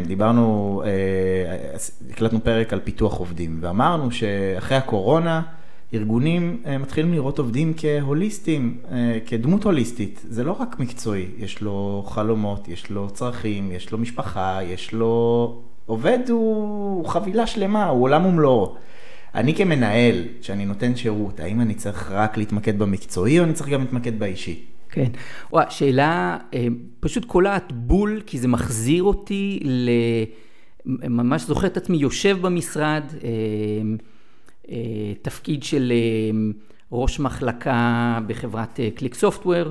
[SPEAKER 1] הקלטנו פרק על פיתוח עובדים, ואמרנו שאחרי הקורונה, ארגונים מתחילים לראות עובדים כהוליסטים, כדמות הוליסטית. זה לא רק מקצועי, יש לו חלומות, יש לו צרכים, יש לו משפחה, יש לו... עובד הוא חבילה שלמה, הוא עולם ומלואו. אני כמנהל, שאני נותן שירות, האם אני צריך רק להתמקד במקצועי, או אני צריך גם להתמקד באישי?
[SPEAKER 2] כן. שאלה פשוט קולעת בול, כי זה מחזיר אותי ממש זוכר את עצמי, יושב במשרד, תפקיד של ראש מחלקה בחברת קליק סופטוור,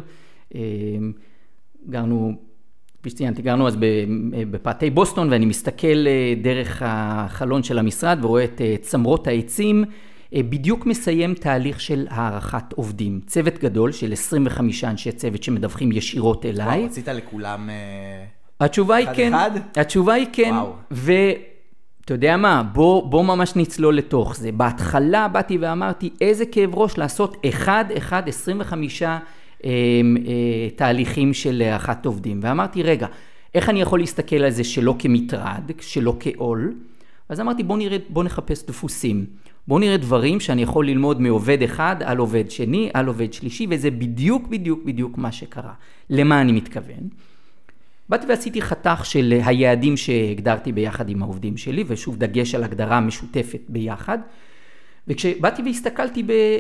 [SPEAKER 2] גרנו אז בפאתי בוסטון, ואני מסתכל דרך החלון של המשרד ורואה את צמרות העצים, בדיוק מסיים תהליך של הערכת עובדים. צוות גדול של 25 אנשי צוות שמדווחים ישירות אליי.
[SPEAKER 1] וואו, רצית לכולם
[SPEAKER 2] התשובה היא כן. התשובה היא כן. ואתה יודע מה, בוא ממש נצלול לתוך זה. בהתחלה באתי ואמרתי, איזה כאב ראש לעשות 25 תהליכים של הערכת עובדים. ואמרתי, רגע, איך אני יכול להסתכל על זה שלא כמטרד, שלא כעול? אז אמרתי, בוא נחפש דפוסים. בוא נראה דברים שאני יכול ללמוד מעובד אחד על עובד שני, על עובד שלישי, וזה בדיוק מה שקרה. למה אני מתכוון? באתי ועשיתי חתך של היעדים שהגדרתי ביחד עם העובדים שלי, ושוב דגש על הגדרה משותפת ביחד. וכשבאתי והסתכלתי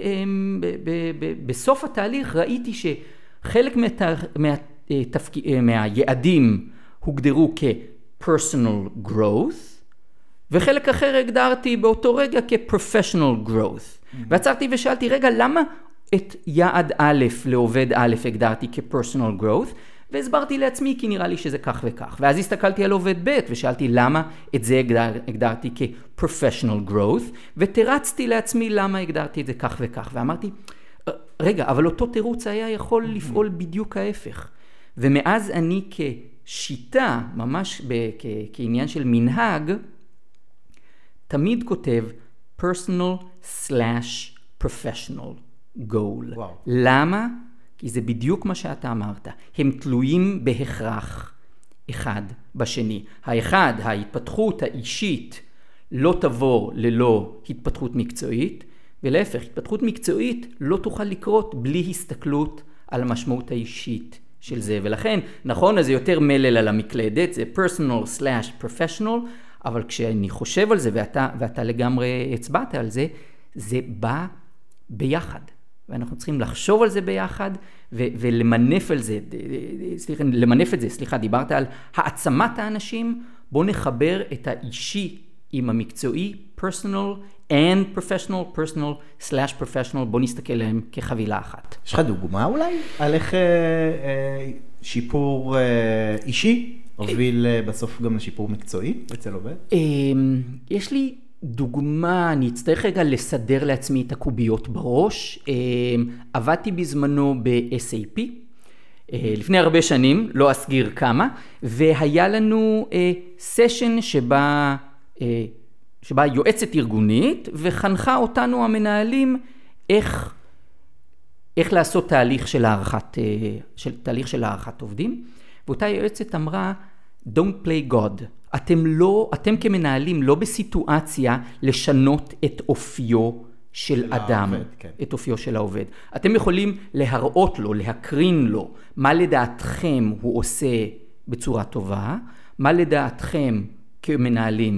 [SPEAKER 2] בסוף התהליך, ראיתי שחלק מהיעדים הוגדרו כ-personal growth, וחלק אחר הגדרתי באותו רגע כ-professional growth. ועצרתי ושאלתי, רגע, למה את יעד א' לעובד א' הגדרתי כ-personal growth? והסברתי לעצמי כי נראה לי שזה כך וכך. ואז הסתכלתי על עובד ב' ושאלתי למה את זה הגדרתי כ-professional growth, ותרצתי לעצמי למה הגדרתי את זה כך וכך. ואמרתי, רגע, אבל אותו תירוץ היה יכול לפעול בדיוק ההפך. ומאז אני כשיטה, ממש כעניין של מנהג, תמיד כותב personal/professional goal.
[SPEAKER 1] וואו.
[SPEAKER 2] למה? כי זה בדיוק מה שאתה אמרת. הם תלויים בהכרח אחד בשני. האחד, ההתפתחות האישית, לא תבוא ללא התפתחות מקצועית, ולהפך, התפתחות מקצועית לא תוכל לקרות בלי הסתכלות על המשמעות האישית של זה. ולכן, נכון, אז זה יותר מלל על המקלדת, זה personal/professional, אבל כשאני חושב על זה, ואתה לגמרי הצבעת על זה, זה בא ביחד. ואנחנו צריכים לחשוב על זה ביחד, ולמנף על זה, דיברת על העצמת האנשים, בוא נחבר את האישי עם המקצועי, personal and professional/professional, בוא נסתכל להם כחבילה אחת.
[SPEAKER 1] יש לך דוגמה אולי על איך שיפור אישי הוביל בסוף גם לשיפור מקצועי אצל עובד?
[SPEAKER 2] יש לי דוגמה, אני אצטרך רגע לסדר לעצמי את הקוביות בראש. עבדתי בזמנו ב-SAP, לפני הרבה שנים, לא אסגיר כמה, והיה לנו סשן שבה יועצת ארגונית, וחנכה אותנו המנהלים איך לעשות תהליך של הערכת עובדים. ואותה יועצת אמרה, Don't play God. אתם כמנהלים לא בסיטואציה לשנות את אופיו של אדם,
[SPEAKER 1] כן.
[SPEAKER 2] את אופיו של העובד. אתם יכולים להראות לו, להקרין לו, מה לדעתכם הוא עושה בצורה טובה, מה לדעתכם כמנהלים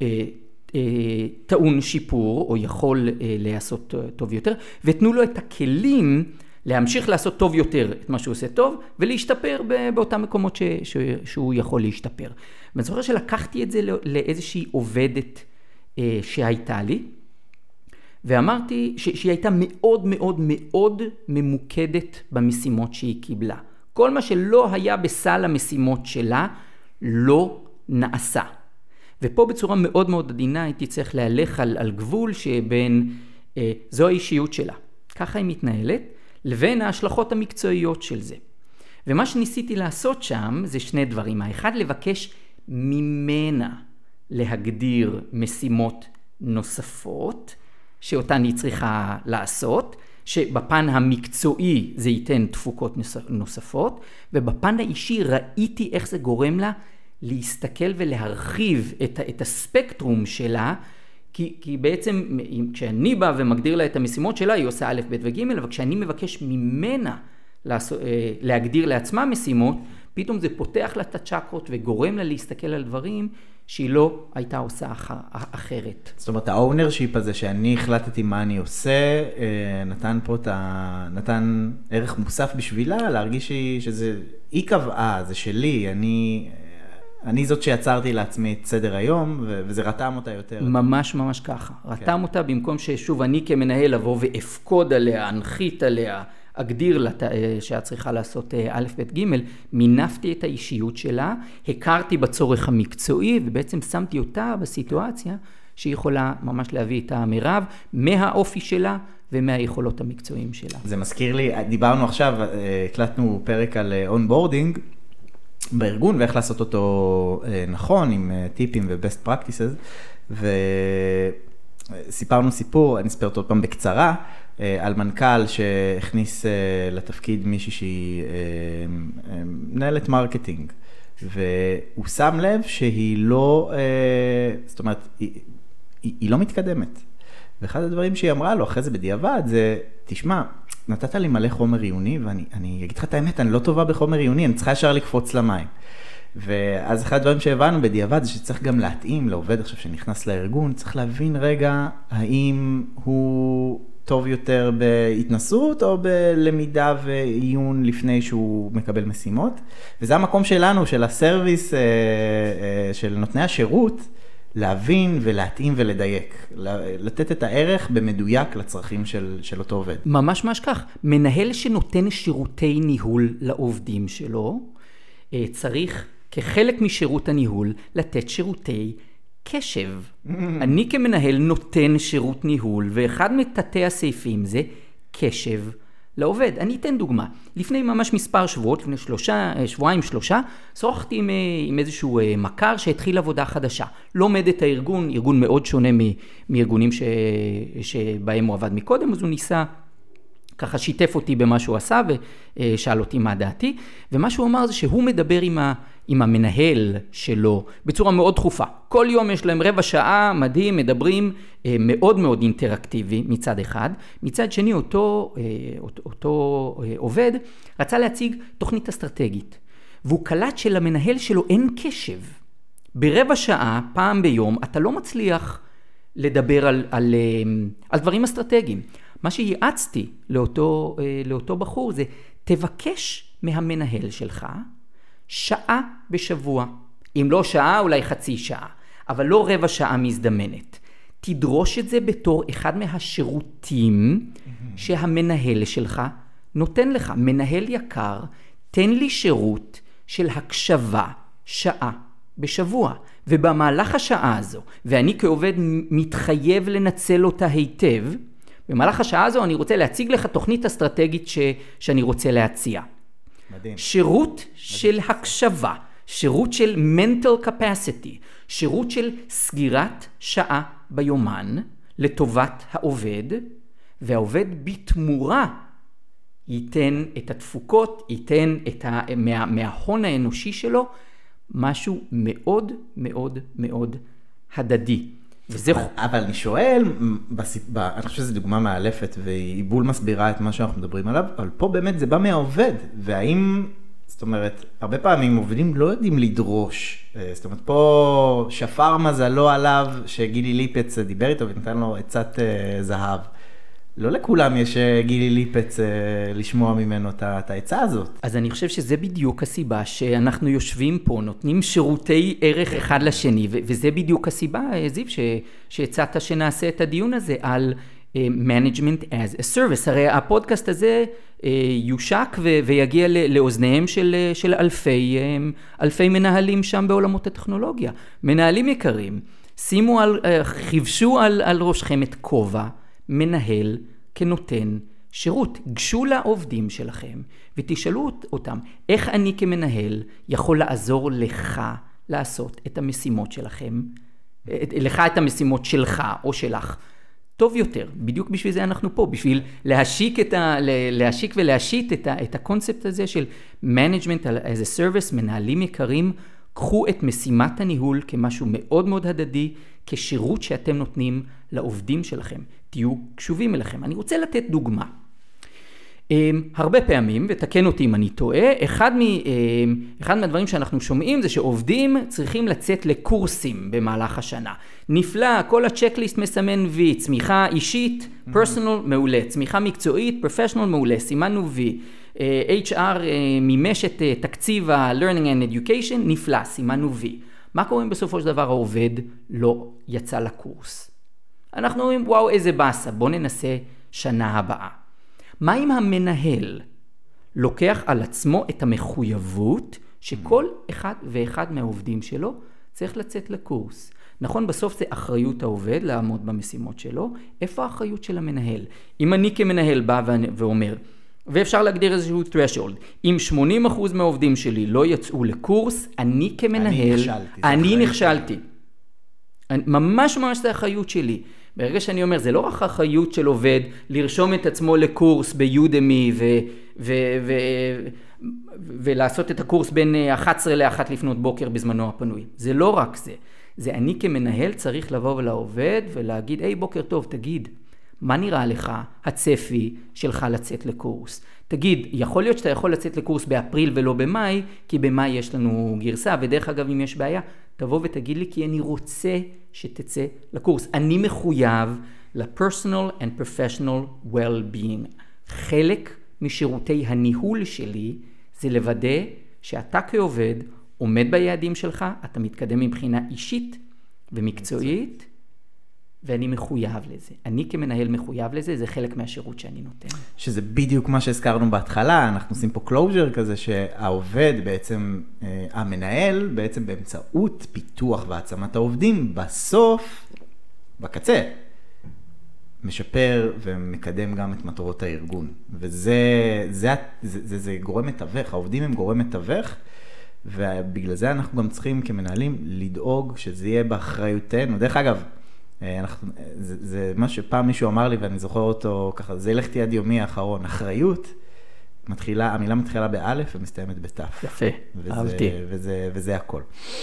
[SPEAKER 2] טעון שיפור, או יכול לעשות טוב יותר, ותנו לו את הכלים להמשיך לעשות טוב יותר את מה שהוא עושה טוב, ולהשתפר באותם מקומות שהוא יכול להשתפר. ואני זוכר שלקחתי את זה לאיזושהי עובדת שהייתה לי, ואמרתי שהיא הייתה מאוד מאוד מאוד ממוקדת במשימות שהיא קיבלה. כל מה שלא היה בסל המשימות שלה, לא נעשה. ופה בצורה מאוד מאוד עדינה הייתי צריך להלך על גבול שבין זו האישיות שלה. ככה היא מתנהלת, לבין ההשלכות המקצועיות של זה. ומה שניסיתי לעשות שם זה שני דברים. האחד, לבקש ממנה להגדיר משימות נוספות, שאותן היא צריכה לעשות, שבפן המקצועי זה ייתן תפוקות נוספות, ובפן האישי ראיתי איך זה גורם לה להסתכל ולהרחיב את הספקטרום שלה, כי בעצם כשאני בא ומגדיר לה את המשימות שלה, היא עושה א', ב' וג', אבל כשאני מבקש ממנה להגדיר לעצמה משימות, פתאום זה פותח לה את הצ'קרות וגורם לה להסתכל על דברים שהיא לא הייתה עושה אחרת. זאת
[SPEAKER 1] אומרת, האונרשיפ הזה שאני החלטתי מה אני עושה, נתן ערך מוסף בשבילה, להרגיש שזה, היא קבעה, זה שלי, אני זאת שיצרתי לעצמי את סדר היום, וזה רתם אותה יותר.
[SPEAKER 2] ממש ממש ככה. רתם אותה במקום ששוב אני כמנהל לבוא ואפקוד עליה, אנחית עליה, אגדיר לה שאת צריכה לעשות א', ב', ג', מינפתי את האישיות שלה, הכרתי בצורך המקצועי, ובעצם שמתי אותה בסיטואציה שהיא יכולה ממש להביא את המרב מהאופי שלה ומהיכולות המקצועיים שלה.
[SPEAKER 1] זה מזכיר לי, דיברנו עכשיו, הקלטנו פרק על אונבורדינג בארגון, ואיך לעשות אותו נכון, עם טיפים ו-best practices, וסיפרנו סיפור, אני אספר אותו עוד פעם בקצרה, על מנכ"ל שהכניס לתפקיד מישהי שהיא מנהלת מרקטינג, והוא שם לב שהיא לא, זאת אומרת, היא לא מתקדמת. ואחד הדברים שהיא אמרה לו אחרי זה בדיעבד זה, תשמע, נתת לי מלא חומר עיוני, ואני אגיד לך את האמת, אני לא טובה בחומר עיוני, אני צריכה ישר לקפוץ למים. ואז אחד הדברים שהבנו בדיעבד זה שצריך גם להתאים לעובד עכשיו שנכנס לארגון, צריך להבין רגע האם הוא טוב יותר בהתנסות או בלמידה ועיון לפני שהוא מקבל משימות. וזה המקום שלנו, של הסרוויס, של נותני השירות, להבין ולהתאים ולדייק, לתת את הערך במדויק לצרכים של אותו עובד.
[SPEAKER 2] ממש ממש כך. מנהל שנותן שירותי ניהול לעובדים שלו, צריך כחלק משירות הניהול לתת שירותי קשב. אני כמנהל נותן שירות ניהול, ואחד מתתי הסעיפים זה קשב לעובד. אני אתן דוגמה. לפני ממש מספר שבועות, לפני שבועיים, שלושה, שוחחתי עם איזשהו מכר שהתחיל עבודה חדשה. לומד את הארגון, ארגון מאוד שונה מארגונים שבהם הוא עבד מקודם, אז הוא ניסה, ככה שיתף אותי במה שהוא עשה ושאל אותי מה דעתי, ומה שהוא אמר זה שהוא מדבר עם המנהל שלו בצורה מאוד דחופה. כל יום יש להם רבע שעה, מדהים, מדברים, מאוד מאוד אינטראקטיבי מצד אחד. מצד שני, אותו עובד רצה להציג תוכנית אסטרטגית, והוא קלט שלמנהל שלו אין קשב. ברבע שעה, פעם ביום, אתה לא מצליח לדבר על דברים אסטרטגיים. מה שיעצתי לאותו בחור זה, תבקש מהמנהל שלך שעה בשבוע. אם לא שעה, אולי חצי שעה, אבל לא רבע שעה מזדמנת. תדרוש את זה בתור אחד מהשירותים שהמנהל שלך נותן לך. מנהל יקר, תן לי שירות של הקשבה שעה בשבוע. ובמהלך השעה הזו, ואני כעובד מתחייב לנצל אותה היטב, במהלך השעה הזו אני רוצה להציג לך תוכנית אסטרטגית שאני רוצה להציע.
[SPEAKER 1] מדהים.
[SPEAKER 2] שירות של הקשבה, שירות של mental capacity, שירות של סגירת שעה ביומן לטובת העובד, והעובד בתמורה ייתן את התפוקות, ייתן מההון האנושי שלו, משהו מאוד מאוד מאוד הדדי.
[SPEAKER 1] אבל אני שואל, אני חושב שזו דוגמה מאלפת, והיא בול מסבירה את מה שאנחנו מדברים עליו, אבל פה באמת זה בא מהעובד, והאם, זאת אומרת, הרבה פעמים עובדים לא יודעים לדרוש, זאת אומרת, פה שפר מזלו עליו, שגילי ליפץ דיבר איתו ונתן לו עצת זהב. לא לכולם יש גילי ליפץ לשמוע ממנו את העצה הזאת.
[SPEAKER 2] אז אני חושב שזה בדיוק הסיבה שאנחנו יושבים פה, נותנים שירותי ערך אחד לשני, וזה בדיוק הסיבה, זיו, שהצעת שנעשה את הדיון הזה על management as a service. הרי הפודקאסט הזה יושק ויגיע לאוזניהם של אלפי מנהלים שם בעולמות הטכנולוגיה. מנהלים יקרים, חיבשו על ראשכם את כובע, מנהל כנותן שירות. גשו לעובדים שלכם ותשאלו אותם, איך אני כמנהל יכול לעזור לך לעשות את המשימות שלכם, לך את המשימות שלך או שלך, טוב יותר. בדיוק בשביל זה אנחנו פה, בשביל להשיק ולהשית את הקונספט הזה של management as a service. מנהלים יקרים, קחו את משימת הניהול כמשהו מאוד מאוד הדדי, כשירות שאתם נותנים לעובדים שלכם. תהיו קשובים אליכם. אני רוצה לתת דוגמה. הרבה פעמים, ותקן אותי אם אני טועה, אחד מהדברים שאנחנו שומעים זה שעובדים צריכים לצאת לקורסים במהלך השנה. נפלא, כל הצ'קליסט מסמן וי, צמיחה אישית, פרסונל, מעולה, צמיחה מקצועית, פרופשיונל, מעולה, סימנו וי. HR מימש את תקציב ה-Learning and Education, נפלא, סימנו וי. מה קורה אם בסופו של דבר העובד לא יצא לקורס? אנחנו אומרים, וואו, איזה באסה, בוא ננסה שנה הבאה. מה אם המנהל לוקח על עצמו את המחויבות שכל אחד ואחד מהעובדים שלו צריך לצאת לקורס? נכון, בסוף זה אחריות העובד לעמוד במשימות שלו. איפה האחריות של המנהל? אם אני כמנהל בא ואומר, ואפשר להגדיר איזשהו threshold, אם 80% מהעובדים שלי לא יצאו לקורס, אני כמנהל, אני נכשלתי. ממש ממש זה האחריות שלי. ברגע שאני אומר, זה לא רק האחריות של עובד לרשום את עצמו לקורס ביודמי ולעשות את הקורס בין 11 ל-1 לפנות בוקר בזמנו הפנוי. זה לא רק זה. זה אני כמנהל צריך לבוא ולעובד ולהגיד, היי בוקר טוב, תגיד, מה נראה לך הצפי שלך לצאת לקורס? תגיד, יכול להיות שאתה יכול לצאת לקורס באפריל ולא במאי, כי במאי יש לנו גרסה, ודרך אגב אם יש בעיה, תבוא ותגיד לי, כי אני רוצה שתצא לקורס. אני מחויב ל-personal and professional well-being. חלק משירותי הניהול שלי זה לוודא שאתה כעובד עומד ביעדים שלך, אתה מתקדם מבחינה אישית ומקצועית, ואני מחויב לזה. אני כמנהל מחויב לזה, זה חלק מהשירות שאני נותן.
[SPEAKER 1] שזה בדיוק מה שהזכרנו בהתחלה, אנחנו עושים פה closure כזה, שהעובד בעצם, המנהל בעצם באמצעות פיתוח והעצמת העובדים, בסוף, בקצה, משפר ומקדם גם את מטרות הארגון. וזה גורם מתווך, העובדים הם גורם מתווך, ובגלל זה אנחנו גם צריכים כמנהלים לדאוג שזה יהיה באחריותנו. דרך אגב, זה מה שפעם מישהו אמר לי ואני זוכר אותו ככה, זה ילכתי עד יומי האחרון, אחריות, המילה מתחילה באלף ומסתיימת בתף.
[SPEAKER 2] יפה, אהבתי.
[SPEAKER 1] וזה הכל.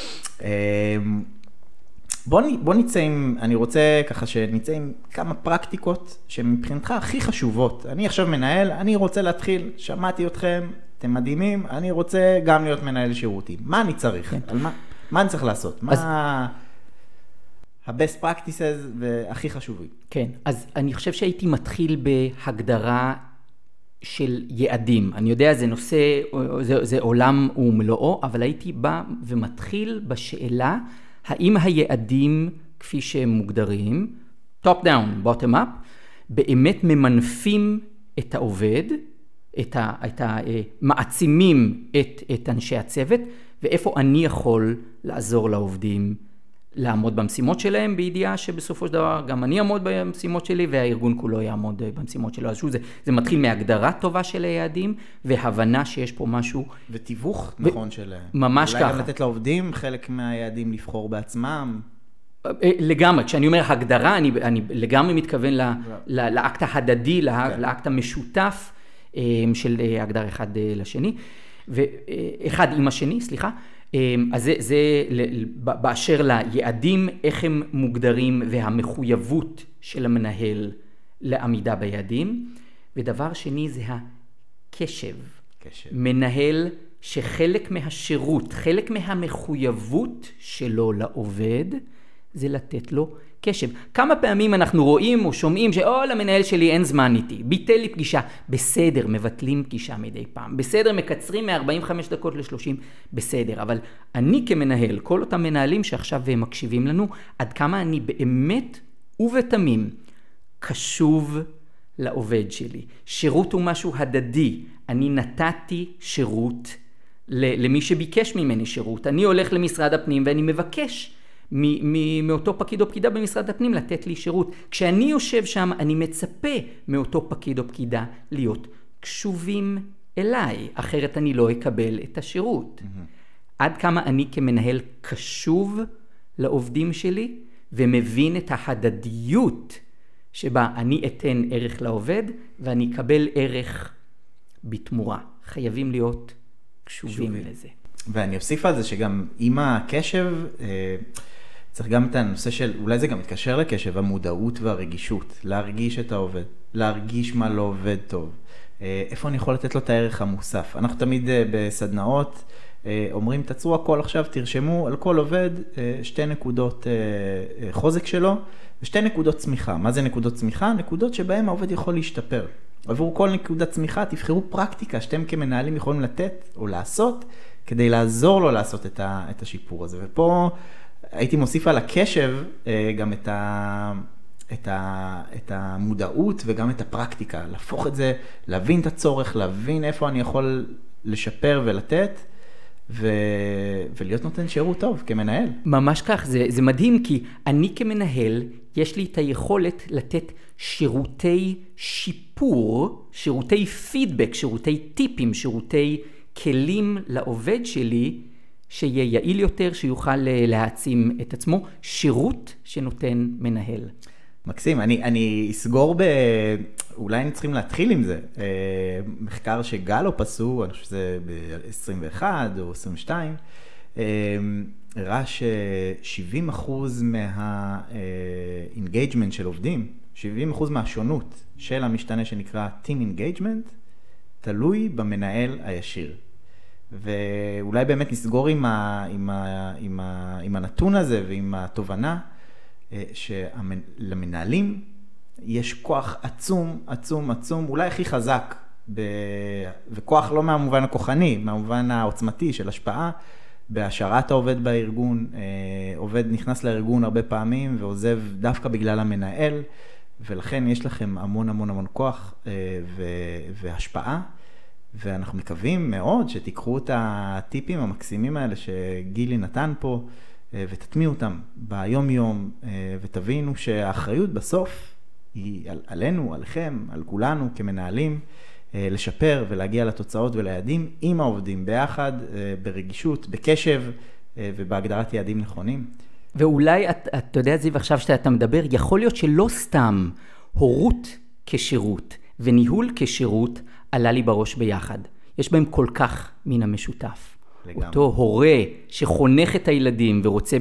[SPEAKER 1] בוא נצא עם, אני רוצה ככה שנצא עם כמה פרקטיקות שמבחינתך הכי חשובות. אני עכשיו מנהל, אני רוצה להתחיל, שמעתי אתכם, אתם מדהימים, אני רוצה גם להיות מנהל שירותים. מה אני צריך? מה אני צריך לעשות? מה ה-best practices והכי חשובים?
[SPEAKER 2] כן, אז אני חושב שהייתי מתחיל בהגדרה של יעדים. אני יודע, זה נושא, זה עולם ומלואו, אבל הייתי בא ומתחיל בשאלה, האם היעדים כפי שהם מוגדרים, top down, bottom up, באמת ממנפים את העובד, מעצימים את אנשי הצוות, ואיפה אני יכול לעזור לעובדים לעמוד במשימות שלהם, בידיעה שבסופו של דבר גם אני אעמוד במשימות שלי, והארגון כולו יעמוד במשימות שלו. אז שוב, זה מתחיל מהגדרה טובה של היעדים, והבנה שיש פה משהו.
[SPEAKER 1] ותיווך, נכון, של
[SPEAKER 2] ממש ככה.
[SPEAKER 1] אולי גם לתת לעובדים חלק מהיעדים לבחור בעצמם.
[SPEAKER 2] לגמרי, כשאני אומר הגדרה, אני לגמרי מתכוון לאקט ההדדי, לאקט המשותף של הגדרה אחד לשני, ואחד עם השני, סליחה. אז זה באשר ליעדים, איך הם מוגדרים והמחויבות של המנהל לעמידה ביעדים. ודבר שני זה הקשב. מנהל שחלק מהשירות, חלק מהמחויבות שלו לעובד, זה לתת לו קשב. כמה פעמים אנחנו רואים או שומעים למנהל שלי אין זמן איתי, ביטל לי פגישה, בסדר, מבטלים פגישה מדי פעם, בסדר, מקצרים מ-45 דקות ל-30, בסדר, אבל אני כמנהל, כל אותם מנהלים שעכשיו מקשיבים לנו, עד כמה אני באמת ובתמים קשוב לעובד שלי. שירות הוא משהו הדדי, אני נתתי שירות למי שביקש ממני שירות, אני הולך למשרד הפנים ואני מבקש מאותו פקיד או פקידה במשרד הפנים לתת לי שירות. כשאני יושב שם, אני מצפה מאותו פקיד או פקידה להיות קשובים אליי, אחרת אני לא אקבל את השירות. עד כמה אני כמנהל קשוב לעובדים שלי, ומבין את ההדדיות שבה אני אתן ערך לעובד, ואני אקבל ערך בתמורה. חייבים להיות קשובים לזה.
[SPEAKER 1] ואני אוסיף על זה שגם עם הקשב, צריך גם את הנושא של, אולי זה גם מתקשר לקשב, המודעות והרגישות, להרגיש את העובד, להרגיש מה לא עובד טוב, איפה אני יכול לתת לו את הערך המוסף. אנחנו תמיד בסדנאות אומרים, תצרו הכל עכשיו, תרשמו על כל עובד 2 נקודות חוזק שלו, ו2 נקודות צמיחה. מה זה נקודות צמיחה? נקודות שבהן העובד יכול להשתפר. עבור כל נקודת צמיחה, תבחרו פרקטיקה שאתם כמנהלים יכולים לתת או לעשות, כדי לעזור לו לעשות את השיפור הזה. ופה הייתי מוסיף על הקשב גם את המודעות וגם את הפרקטיקה, להפוך את זה, להבין את הצורך, להבין איפה אני יכול לשפר ולתת, ולהיות נותן שירות טוב כמנהל.
[SPEAKER 2] ממש כך, זה מדהים, כי אני כמנהל, יש לי את היכולת לתת שירותי שיפור, שירותי פידבק, שירותי טיפים, שירותי כלים לעובד שלי, שיהיה יעיל יותר, שיוכל להעצים את עצמו, שירות שנותן מנהל.
[SPEAKER 1] מקסים, אני אסגור אולי אני צריכים להתחיל עם זה. מחקר שגלופ עשו, אני חושב שזה ב-21 או 22, הראה ש-70% מה-engagement של עובדים, 70% מהשונות של המשתנה שנקרא Team Engagement, תלוי במנהל הישיר. ואולי באמת נסגור עם הנתון הזה ועם התובנה, שלמנהלים יש כוח עצום, עצום, עצום, אולי הכי חזק, וכוח לא מהמובן הכוחני, מהמובן העוצמתי של השפעה, בהשארת העובד בארגון, עובד נכנס לארגון הרבה פעמים ועוזב דווקא בגלל המנהל, ולכן יש לכם המון המון המון כוח והשפעה, ואנחנו מקווים מאוד שתיקחו את הטיפים המקסימים האלה שגילי נתן פה, ותטמיעו אותם ביום יום, ותבינו שהאחריות בסוף היא עלינו, עליכם, על כולנו כמנהלים, לשפר ולהגיע לתוצאות וליעדים עם העובדים ביחד, ברגישות, בקשב ובהגדרת יעדים נכונים.
[SPEAKER 2] ואולי, אתה יודע זיו, עכשיו שאתה מדבר, יכול להיות שלא סתם הורות כשירות וניהול כשירות עלה לי בראש ביחד. יש בהם כל כך מן המשותף. לגמרי. אותו הורה שחונך את הילדים ורוצה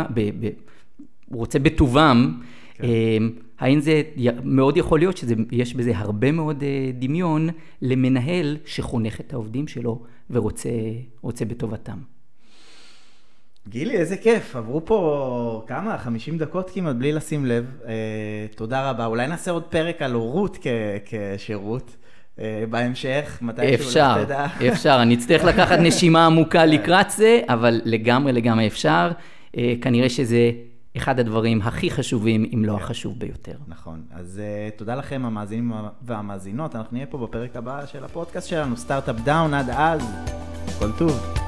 [SPEAKER 2] בטובם, כן. האם זה מאוד יכול להיות שיש בזה הרבה מאוד דמיון למנהל שחונך את העובדים שלו ורוצה בטובתם.
[SPEAKER 1] גילי, איזה כיף. עברו פה 50 דקות כמעט בלי לשים לב. תודה רבה. אולי נעשה עוד פרק על הורות כשירות. בהמשך,
[SPEAKER 2] אפשר, אני אצטרך לקחת נשימה עמוקה לקראת זה, אבל לגמרי אפשר. כנראה שזה אחד הדברים הכי חשובים, אם לא החשוב ביותר.
[SPEAKER 1] נכון, אז תודה לכם המאזינים והמאזינות, אנחנו נהיה פה בפרק הבא של הפודקאסט שלנו, סטארט-אפ דאון, עד אז, כל טוב.